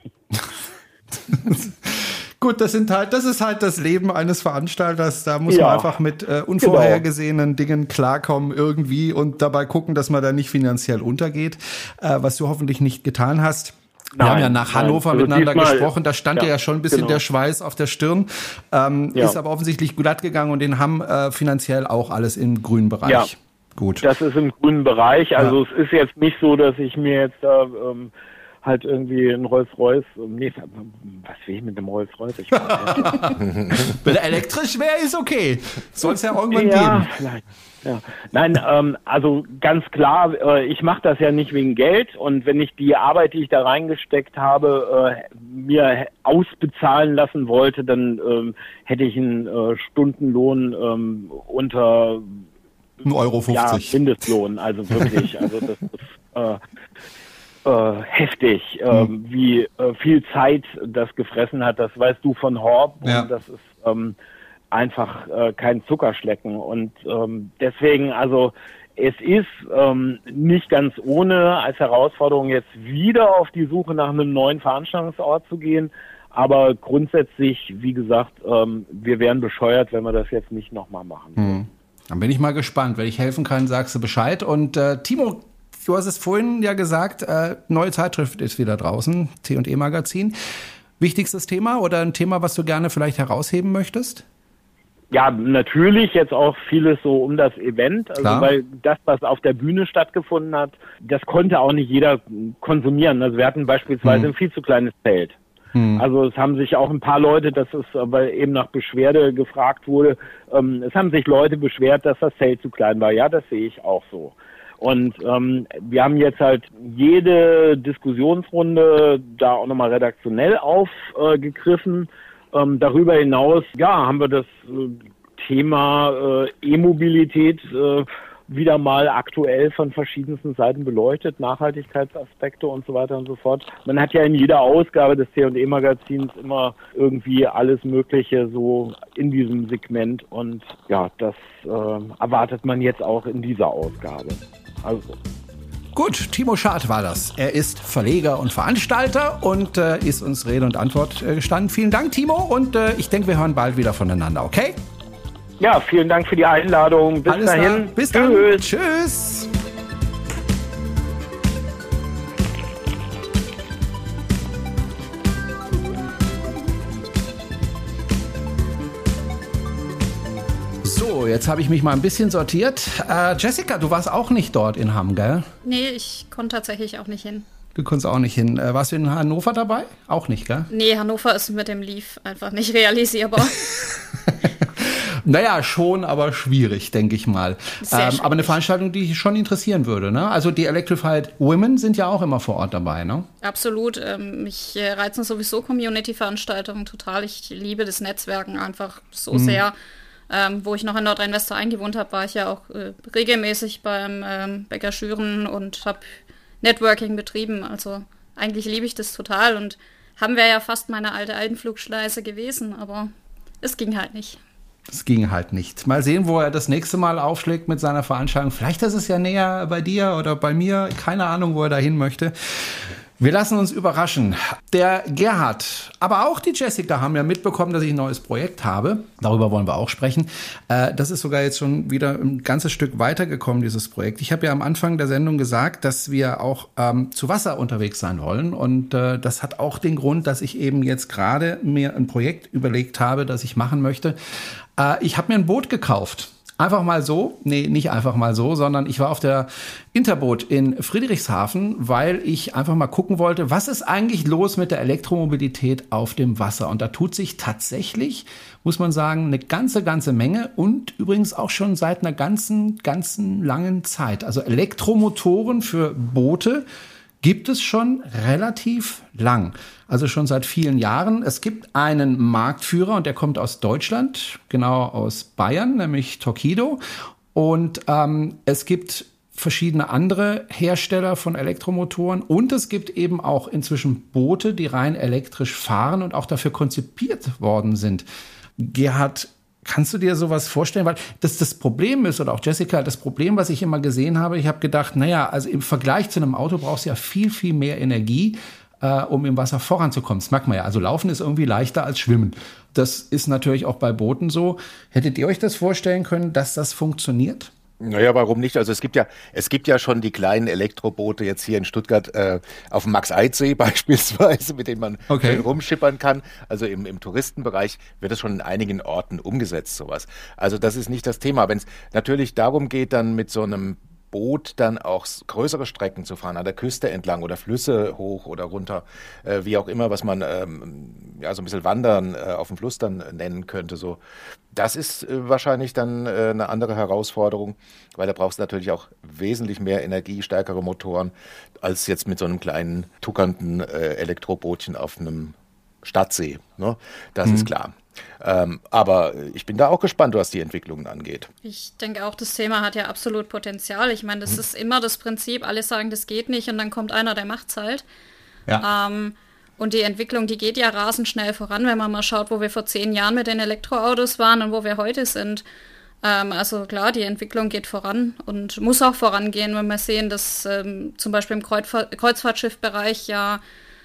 B: Gut, das sind halt, das ist halt das Leben eines Veranstalters. Da muss
E: ja,
B: man einfach mit äh, unvorhergesehenen genau. Dingen klarkommen irgendwie und dabei gucken, dass man da nicht finanziell untergeht, äh, was du hoffentlich nicht getan hast. Wir nein, haben ja nach Hannover nein. miteinander also gesprochen, da stand ja, ja schon ein bisschen genau. der Schweiß auf der Stirn, ähm, ja. ist aber offensichtlich glatt gegangen und den haben äh, finanziell auch alles im grünen Bereich.
E: Ja.
B: Gut.
E: Das ist im grünen Bereich, also ja. es ist jetzt nicht so, dass ich mir jetzt da ähm, halt irgendwie ein Rolls-Royce, nee, was will ich mit einem Rolls-Royce? Ich
B: Wenn er elektrisch wäre, ist okay. Soll es ja irgendwann
E: ja,
B: geben.
E: Vielleicht. Ja, nein, ähm, also ganz klar, äh, ich mache das ja nicht wegen Geld und wenn ich die Arbeit, die ich da reingesteckt habe, äh, mir ausbezahlen lassen wollte, dann ähm, hätte ich einen äh, Stundenlohn ähm, unter
B: ein Euro fünfzig.
E: Ja, Mindestlohn, also wirklich, also das ist äh, äh, heftig, äh, hm. wie äh, viel Zeit das gefressen hat, das weißt du von Horb
B: ja.
E: und das ist ähm, einfach äh, kein Zuckerschlecken und ähm, deswegen, also es ist ähm, nicht ganz ohne als Herausforderung jetzt wieder auf die Suche nach einem neuen Veranstaltungsort zu gehen, aber grundsätzlich, wie gesagt, ähm, wir wären bescheuert, wenn wir das jetzt nicht nochmal machen.
B: Hm. Dann bin ich mal gespannt. Wenn ich helfen kann, sagst du Bescheid. Und äh, Timo, du hast es vorhin ja gesagt, äh, neue Zeitschrift ist wieder draußen, T und E Magazin. Wichtigstes Thema oder ein Thema, was du gerne vielleicht herausheben möchtest?
E: Ja, natürlich jetzt auch vieles so um das Event, also
B: Klar.
E: weil das, was auf der Bühne stattgefunden hat, das konnte auch nicht jeder konsumieren. Also wir hatten beispielsweise hm. ein viel zu kleines Zelt. Hm. Also es haben sich auch ein paar Leute, das ist aber eben nach Beschwerde gefragt wurde, ähm, es haben sich Leute beschwert, dass das Zelt zu klein war. Ja, das sehe ich auch so. Und ähm, wir haben jetzt halt jede Diskussionsrunde da auch nochmal redaktionell aufgegriffen. Äh, ähm, darüber hinaus, ja, haben wir das äh, Thema äh, E-Mobilität äh, wieder mal aktuell von verschiedensten Seiten beleuchtet, Nachhaltigkeitsaspekte und so weiter und so fort. Man hat ja in jeder Ausgabe des T und E Magazins immer irgendwie alles Mögliche so in diesem Segment und ja, das äh, erwartet man jetzt auch in dieser Ausgabe. Also
B: Gut, Timo Schad war das. Er ist Verleger und Veranstalter und äh, ist uns Rede und Antwort äh, gestanden. Vielen Dank, Timo, und äh, ich denke, wir hören bald wieder voneinander, okay?
E: Ja, vielen Dank für die Einladung. Bis
B: Alles
E: dahin.
B: Klar. Bis dann.
E: Tschüss.
B: Tschüss. So, jetzt habe ich mich mal ein bisschen sortiert. Äh, Jessica, du warst auch nicht dort in Hamm, gell?
D: Nee, ich konnte tatsächlich auch nicht hin.
B: Du konntest auch nicht hin. Äh, warst du in Hannover dabei? Auch nicht, gell?
D: Nee, Hannover ist mit dem Leaf einfach nicht realisierbar.
B: Naja, schon, aber schwierig, denke ich mal. Ähm, aber eine Veranstaltung, die dich schon interessieren würde, ne? Also die Electrified Women sind ja auch immer vor Ort dabei, ne?
D: Absolut. Ähm, mich äh, reizen sowieso Community-Veranstaltungen total. Ich liebe das Netzwerken einfach so mhm. sehr. Ähm, wo ich noch in Nordrhein-Westfalen gewohnt habe, war ich ja auch äh, regelmäßig beim ähm, Bäcker Schüren und habe Networking betrieben. Also eigentlich liebe ich das total und haben wir ja fast meine alte Altenflugschleise gewesen, aber es ging halt nicht.
B: Es ging halt nicht. Mal sehen, wo er das nächste Mal aufschlägt mit seiner Veranstaltung. Vielleicht ist es ja näher bei dir oder bei mir. Keine Ahnung, wo er da hin möchte. Wir lassen uns überraschen. Der Gerhard, aber auch die Jessica haben ja mitbekommen, dass ich ein neues Projekt habe. Darüber wollen wir auch sprechen. Das ist sogar jetzt schon wieder ein ganzes Stück weitergekommen, dieses Projekt. Ich habe ja am Anfang der Sendung gesagt, dass wir auch ähm, zu Wasser unterwegs sein wollen. Und äh, das hat auch den Grund, dass ich eben jetzt gerade mir ein Projekt überlegt habe, das ich machen möchte. Äh, ich habe mir ein Boot gekauft. Einfach mal so, nee, nicht einfach mal so, sondern ich war auf der Interboot in Friedrichshafen, weil ich einfach mal gucken wollte, was ist eigentlich los mit der Elektromobilität auf dem Wasser? Und da tut sich tatsächlich, muss man sagen, eine ganze, ganze Menge und übrigens auch schon seit einer ganzen, ganzen langen Zeit. Also Elektromotoren für Boote gibt es schon relativ lang, also schon seit vielen Jahren. Es gibt einen Marktführer und der kommt aus Deutschland, genau aus Bayern, nämlich Torqeedo. Und ähm, es gibt verschiedene andere Hersteller von Elektromotoren und es gibt eben auch inzwischen Boote, die rein elektrisch fahren und auch dafür konzipiert worden sind. Gerhard, kannst du dir sowas vorstellen? Weil das das Problem ist, oder auch Jessica, das Problem, was ich immer gesehen habe, ich habe gedacht, naja, also im Vergleich zu einem Auto brauchst du ja viel, viel mehr Energie, äh, um im Wasser voranzukommen. Das merkt man ja. Also Laufen ist irgendwie leichter als Schwimmen. Das ist natürlich auch bei Booten so. Hättet ihr euch das vorstellen können, dass das funktioniert?
C: Naja, warum nicht? Also es gibt ja, es gibt ja schon die kleinen Elektroboote jetzt hier in Stuttgart äh, auf dem Max-Eid-See beispielsweise, mit denen man
B: okay.
C: rumschippern kann. Also im, im Touristenbereich wird es schon in einigen Orten umgesetzt, sowas. Also das ist nicht das Thema. Wenn es natürlich darum geht, dann mit so einem Boot dann auch größere Strecken zu fahren, an der Küste entlang oder Flüsse hoch oder runter, äh, wie auch immer, was man ähm, ja so ein bisschen Wandern äh, auf dem Fluss dann nennen könnte. So, das ist äh, wahrscheinlich dann äh, eine andere Herausforderung, weil da brauchst du natürlich auch wesentlich mehr Energie, stärkere Motoren, als jetzt mit so einem kleinen tuckernden äh, Elektrobootchen auf einem Stadtsee. Ne? Das mhm. ist klar. Ähm, aber ich bin da auch gespannt, was die Entwicklungen angeht.
D: Ich denke auch, das Thema hat ja absolut Potenzial. Ich meine, das hm. ist immer das Prinzip, alle sagen, das geht nicht und dann kommt einer, der macht's halt. Ja. Ähm, und die Entwicklung, die geht ja rasend schnell voran, wenn man mal schaut, wo wir vor zehn Jahren mit den Elektroautos waren und wo wir heute sind. Ähm, also klar, die Entwicklung geht voran und muss auch vorangehen, wenn wir sehen, dass ähm, zum Beispiel im Kreuzfahr- Kreuzfahrtschiffbereich ja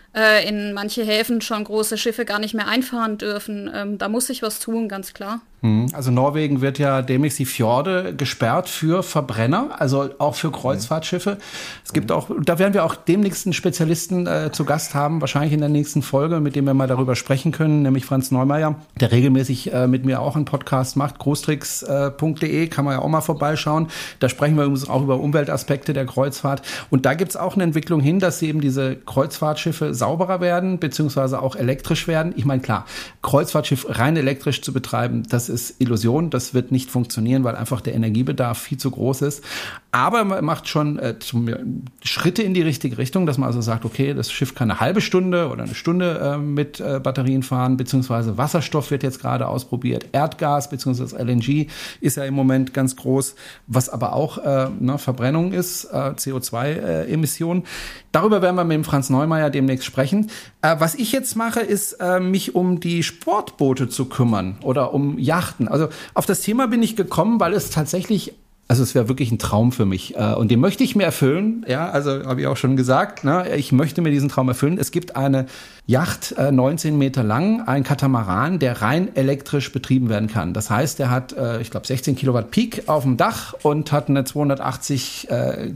D: in manche Häfen schon große Schiffe gar nicht mehr einfahren dürfen. Ähm, da muss sich was tun, ganz klar.
B: Also Norwegen wird ja demnächst die Fjorde gesperrt für Verbrenner, also auch für Kreuzfahrtschiffe. Es gibt auch, da werden wir auch demnächst einen Spezialisten äh, zu Gast haben, wahrscheinlich in der nächsten Folge, mit dem wir mal darüber sprechen können, nämlich Franz Neumeier, der regelmäßig äh, mit mir auch einen Podcast macht, großtricks punkt de, kann man ja auch mal vorbeischauen. Da sprechen wir übrigens auch über Umweltaspekte der Kreuzfahrt. Und da gibt's auch eine Entwicklung hin, dass eben diese Kreuzfahrtschiffe sauberer werden, beziehungsweise auch elektrisch werden. Ich meine, klar, Kreuzfahrtschiff rein elektrisch zu betreiben, das ist Illusion, das wird nicht funktionieren, weil einfach der Energiebedarf viel zu groß ist. Aber man macht schon äh, Schritte in die richtige Richtung, dass man also sagt, okay, das Schiff kann eine halbe Stunde oder eine Stunde äh, mit äh, Batterien fahren, beziehungsweise Wasserstoff wird jetzt gerade ausprobiert, Erdgas beziehungsweise L N G ist ja im Moment ganz groß, was aber auch äh, ne, Verbrennung ist, äh, C O zwei Emissionen. Darüber werden wir mit dem Franz Neumeier demnächst sprechen. Äh, was ich jetzt mache, ist, äh, mich um die Sportboote zu kümmern oder um Yachten. Also auf das Thema bin ich gekommen, weil es tatsächlich Also es wäre wirklich ein Traum für mich. Und den möchte ich mir erfüllen. Ja, also habe ich auch schon gesagt, ne? Ich möchte mir diesen Traum erfüllen. Es gibt eine Yacht, neunzehn Meter lang, ein Katamaran, der rein elektrisch betrieben werden kann. Das heißt, der hat, ich glaube, sechzehn Kilowatt Peak auf dem Dach und hat eine zweihundertachtzig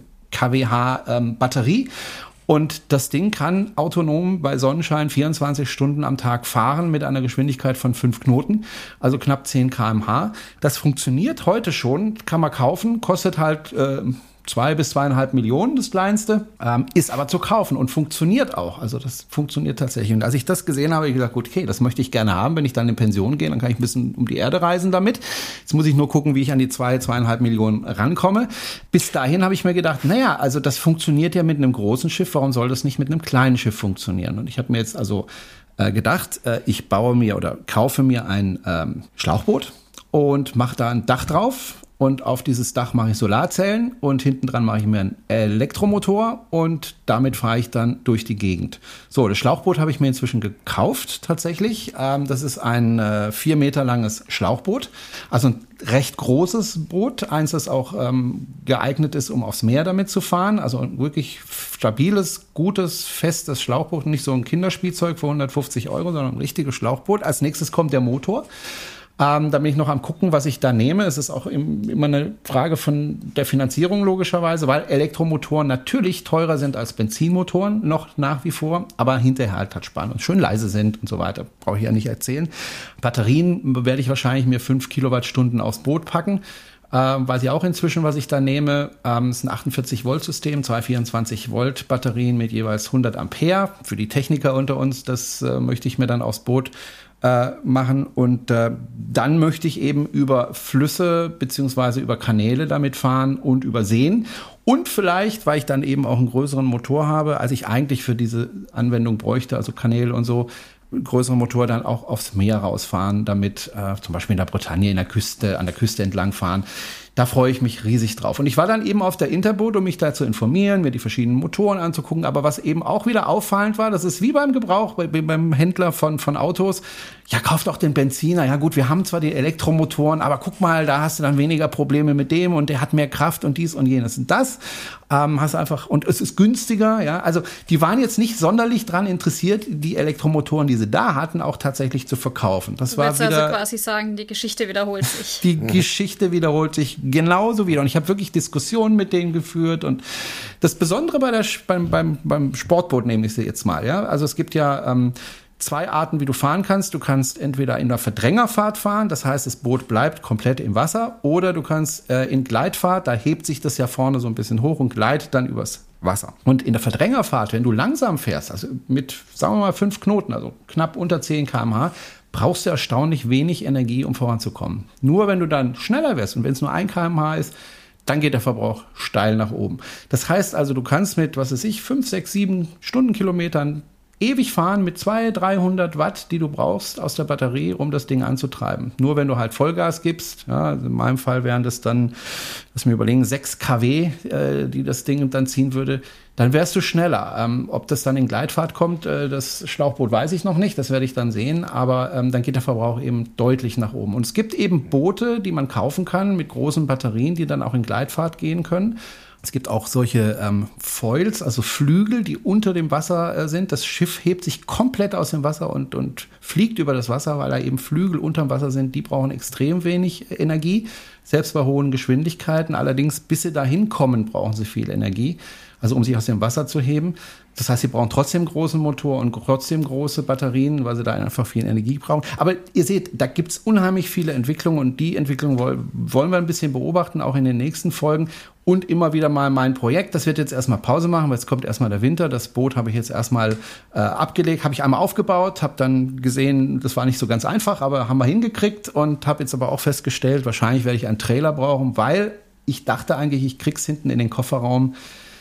B: Kilowatt Batterie. Und das Ding kann autonom bei Sonnenschein vierundzwanzig Stunden am Tag fahren mit einer Geschwindigkeit von fünf Knoten, also knapp zehn Kilometer pro Stunde. Das funktioniert heute schon, kann man kaufen, kostet halt äh, zwei bis zweieinhalb Millionen, das kleinste, ähm, ist aber zu kaufen und funktioniert auch. Also das funktioniert tatsächlich. Und als ich das gesehen habe, habe ich gesagt, gut, okay, das möchte ich gerne haben. Wenn ich dann in Pension gehe, dann kann ich ein bisschen um die Erde reisen damit. Jetzt muss ich nur gucken, wie ich an die zwei, zweieinhalb Millionen rankomme. Bis dahin habe ich mir gedacht, naja, also das funktioniert ja mit einem großen Schiff. Warum soll das nicht mit einem kleinen Schiff funktionieren? Und ich habe mir jetzt also äh, gedacht, äh, ich baue mir oder kaufe mir ein ähm, Schlauchboot und mache da ein Dach drauf. Und auf dieses Dach mache ich Solarzellen und hinten dran mache ich mir einen Elektromotor und damit fahre ich dann durch die Gegend. So, das Schlauchboot habe ich mir inzwischen gekauft tatsächlich. Ähm, das ist ein äh, vier Meter langes Schlauchboot, also ein recht großes Boot. Eins, das auch ähm, geeignet ist, um aufs Meer damit zu fahren. Also ein wirklich stabiles, gutes, festes Schlauchboot. Nicht so ein Kinderspielzeug für hundertfünfzig Euro, sondern ein richtiges Schlauchboot. Als nächstes kommt der Motor. Ähm, da bin ich noch am gucken, was ich da nehme. Es ist auch im, immer eine Frage von der Finanzierung logischerweise, weil Elektromotoren natürlich teurer sind als Benzinmotoren, noch nach wie vor, aber hinterher halt hat Spannung und schön leise sind und so weiter. Brauche ich ja nicht erzählen. Batterien werde ich wahrscheinlich mir fünf Kilowattstunden aufs Boot packen. Ähm, weiß ich auch inzwischen, was ich da nehme. Ähm, es ist ein achtundvierzig Volt System, zwei vierundzwanzig Volt Batterien mit jeweils hundert Ampere. Für die Techniker unter uns, das äh, möchte ich mir dann aufs Boot äh, machen. Und äh, dann möchte ich eben über Flüsse beziehungsweise über Kanäle damit fahren und über Seen. Und vielleicht, weil ich dann eben auch einen größeren Motor habe, als ich eigentlich für diese Anwendung bräuchte, also Kanäle und so, größere Motor dann auch aufs Meer rausfahren, damit äh, zum Beispiel in der Bretagne, in der Küste, an der Küste entlang fahren. Da freue ich mich riesig drauf. Und ich war dann eben auf der Interboot, um mich da zu informieren, mir die verschiedenen Motoren anzugucken. Aber was eben auch wieder auffallend war, das ist wie beim Gebrauch, bei, beim Händler von, von Autos. Ja, kauf doch den Benziner. Ja gut, wir haben zwar die Elektromotoren, aber guck mal, da hast du dann weniger Probleme mit dem und der hat mehr Kraft und dies und jenes. Und das ähm, hast du einfach, und es ist günstiger. Ja, also die waren jetzt nicht sonderlich dran interessiert, die Elektromotoren, die sie da hatten, auch tatsächlich zu verkaufen. Das
D: du
B: war
D: willst
B: wieder,
D: also quasi sagen, die Geschichte wiederholt sich.
B: Die Geschichte wiederholt sich genauso wieder. Und ich habe wirklich Diskussionen mit denen geführt. Und das Besondere bei der, beim, beim, beim Sportboot nehme ich sie jetzt mal. Ja? Also es gibt ja ähm, zwei Arten, wie du fahren kannst. Du kannst entweder in der Verdrängerfahrt fahren, das heißt, das Boot bleibt komplett im Wasser. Oder du kannst äh, in Gleitfahrt, da hebt sich das ja vorne so ein bisschen hoch und gleitet dann übers Wasser. Und in der Verdrängerfahrt, wenn du langsam fährst, also mit, sagen wir mal, fünf Knoten, also knapp unter zehn Kilometer pro Stunde, brauchst du erstaunlich wenig Energie, um voranzukommen. Nur wenn du dann schneller wirst und wenn es nur ein Kilometer pro Stunde ist, dann geht der Verbrauch steil nach oben. Das heißt also, du kannst mit, was weiß ich, fünf, sechs, sieben Stundenkilometern ewig fahren mit zweihundert, dreihundert Watt, die du brauchst aus der Batterie, um das Ding anzutreiben. Nur wenn du halt Vollgas gibst, ja, also in meinem Fall wären das dann, lass mir überlegen, sechs Kilowatt, äh, die das Ding dann ziehen würde, dann wärst du schneller. Ähm, ob das dann in Gleitfahrt kommt, äh, das Schlauchboot weiß ich noch nicht, das werde ich dann sehen, aber ähm, dann geht der Verbrauch eben deutlich nach oben. Und es gibt eben Boote, die man kaufen kann mit großen Batterien, die dann auch in Gleitfahrt gehen können. Es gibt auch solche ähm, Foils, also Flügel, die unter dem Wasser äh, sind. Das Schiff hebt sich komplett aus dem Wasser und, und fliegt über das Wasser, weil da eben Flügel unterm Wasser sind. Die brauchen extrem wenig Energie, selbst bei hohen Geschwindigkeiten. Allerdings, bis sie da hinkommen, brauchen sie viel Energie, also um sich aus dem Wasser zu heben. Das heißt, sie brauchen trotzdem großen Motor und trotzdem große Batterien, weil sie da einfach viel Energie brauchen. Aber ihr seht, da gibt's unheimlich viele Entwicklungen und die Entwicklung wollen, wollen wir ein bisschen beobachten, auch in den nächsten Folgen. Und immer wieder mal mein Projekt, das wird jetzt erstmal Pause machen, weil jetzt kommt erstmal der Winter. Das Boot habe ich jetzt erstmal äh, abgelegt, habe ich einmal aufgebaut, habe dann gesehen, das war nicht so ganz einfach, aber haben wir hingekriegt und habe jetzt aber auch festgestellt, wahrscheinlich werde ich einen Trailer brauchen, weil ich dachte eigentlich, ich krieg's hinten in den Kofferraum.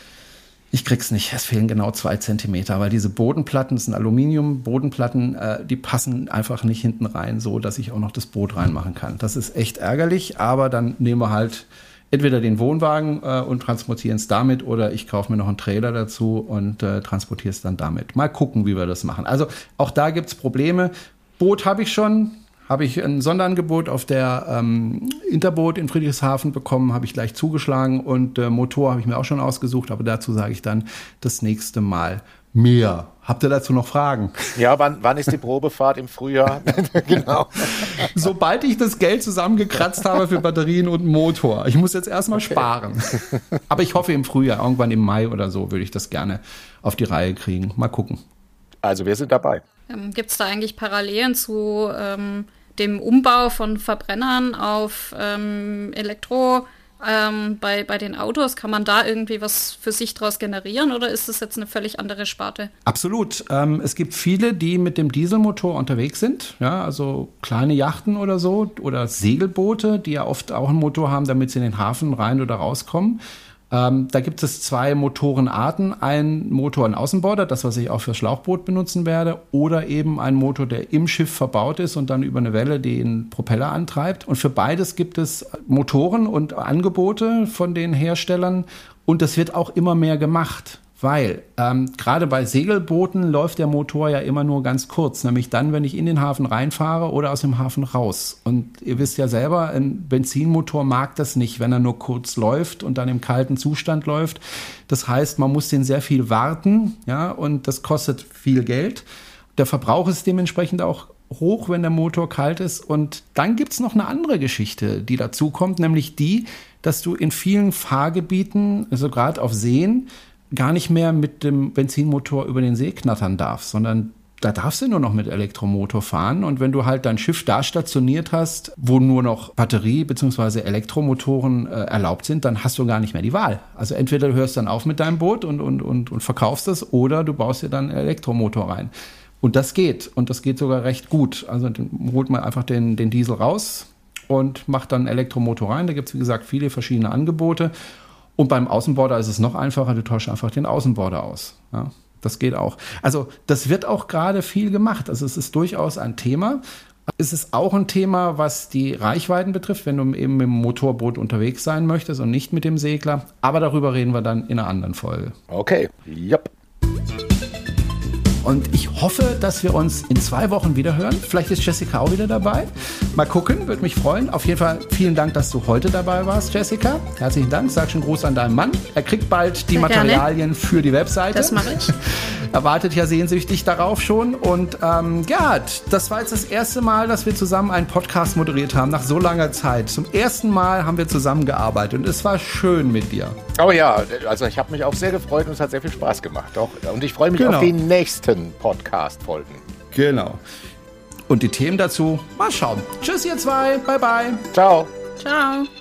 B: Ich krieg's nicht, es fehlen genau zwei Zentimeter, weil diese Bodenplatten, das sind Aluminium-Bodenplatten, äh, die passen einfach nicht hinten rein, so dass ich auch noch das Boot reinmachen kann. Das ist echt ärgerlich, aber dann nehmen wir halt entweder den Wohnwagen äh, und transportieren es damit oder ich kaufe mir noch einen Trailer dazu und äh, transportiere es dann damit. Mal gucken, wie wir das machen. Also auch da gibt's Probleme. Boot habe ich schon, habe ich ein Sonderangebot auf der ähm, Interboot in Friedrichshafen bekommen, habe ich gleich zugeschlagen und äh, Motor habe ich mir auch schon ausgesucht, aber dazu sage ich dann das nächste Mal mehr. Habt ihr dazu noch Fragen?
C: Ja, wann, wann ist die Probefahrt im Frühjahr? Genau.
B: Sobald ich das Geld zusammengekratzt habe für Batterien und Motor. Ich muss jetzt erstmal
C: Okay.
B: sparen. Aber ich hoffe im Frühjahr, irgendwann im Mai oder so, würde ich das gerne auf die Reihe kriegen. Mal gucken.
C: Also wir sind dabei.
D: Ähm, Gibt es da eigentlich Parallelen zu ähm, dem Umbau von Verbrennern auf ähm, Elektro ähm, bei, bei den Autos? Kann man da irgendwie was für sich draus generieren oder ist das jetzt eine völlig andere Sparte?
B: Absolut. Ähm, es gibt viele, die mit dem Dieselmotor unterwegs sind. Ja, also kleine Yachten oder so oder Segelboote, die ja oft auch einen Motor haben, damit sie in den Hafen rein oder rauskommen. Ähm, da gibt es zwei Motorenarten. Ein Motor, ein Außenborder, das, was ich auch für Schlauchboot benutzen werde, oder eben ein Motor, der im Schiff verbaut ist und dann über eine Welle den Propeller antreibt. Und für beides gibt es Motoren und Angebote von den Herstellern und das wird auch immer mehr gemacht. Weil ähm, gerade bei Segelbooten läuft der Motor ja immer nur ganz kurz, nämlich dann, wenn ich in den Hafen reinfahre oder aus dem Hafen raus. Und ihr wisst ja selber, ein Benzinmotor mag das nicht, wenn er nur kurz läuft und dann im kalten Zustand läuft. Das heißt, man muss den sehr viel warten, ja, und das kostet viel Geld. Der Verbrauch ist dementsprechend auch hoch, wenn der Motor kalt ist. Und dann gibt's noch eine andere Geschichte, die dazu kommt, nämlich die, dass du in vielen Fahrgebieten, also gerade auf Seen, gar nicht mehr mit dem Benzinmotor über den See knattern darfst, sondern da darfst du nur noch mit Elektromotor fahren. Und wenn du halt dein Schiff da stationiert hast, wo nur noch Batterie- bzw. Elektromotoren äh, erlaubt sind, dann hast du gar nicht mehr die Wahl. Also entweder du hörst dann auf mit deinem Boot und, und, und, und verkaufst es oder du baust dir dann einen Elektromotor rein. Und das geht. Und das geht sogar recht gut. Also dann holt man einfach den, den Diesel raus und macht dann einen Elektromotor rein. Da gibt es, wie gesagt, viele verschiedene Angebote. Und beim Außenborder ist es noch einfacher, du tauschst einfach den Außenborder aus. Ja, das geht auch. Also das wird auch gerade viel gemacht. Also es ist durchaus ein Thema. Es ist auch ein Thema, was die Reichweiten betrifft, wenn du eben mit dem Motorboot unterwegs sein möchtest und nicht mit dem Segler. Aber darüber reden wir dann in einer anderen Folge.
C: Okay, yep.
B: Und ich hoffe, dass wir uns in zwei Wochen wieder hören. Vielleicht ist Jessica auch wieder dabei. Mal gucken, würde mich freuen. Auf jeden Fall vielen Dank, dass du heute dabei warst, Jessica. Herzlichen Dank. Sag schon Gruß an deinen Mann. Er kriegt bald die
D: Sehr
B: Materialien
D: gerne.
B: für die Webseite.
D: Das mache ich.
B: Er wartet ja sehnsüchtig darauf schon. Und ähm, Gerd, das war jetzt das erste Mal, dass wir zusammen einen Podcast moderiert haben, nach so langer Zeit. Zum ersten Mal haben wir zusammengearbeitet und es war schön mit dir.
C: Oh ja, also ich habe mich auch sehr gefreut und es hat sehr viel Spaß gemacht. Doch. Und ich freue mich
B: Genau.
C: auf die nächsten Podcast-Folgen.
B: Genau. Und die Themen dazu, mal schauen. Tschüss, ihr zwei. Bye, bye.
C: Ciao.
D: Ciao.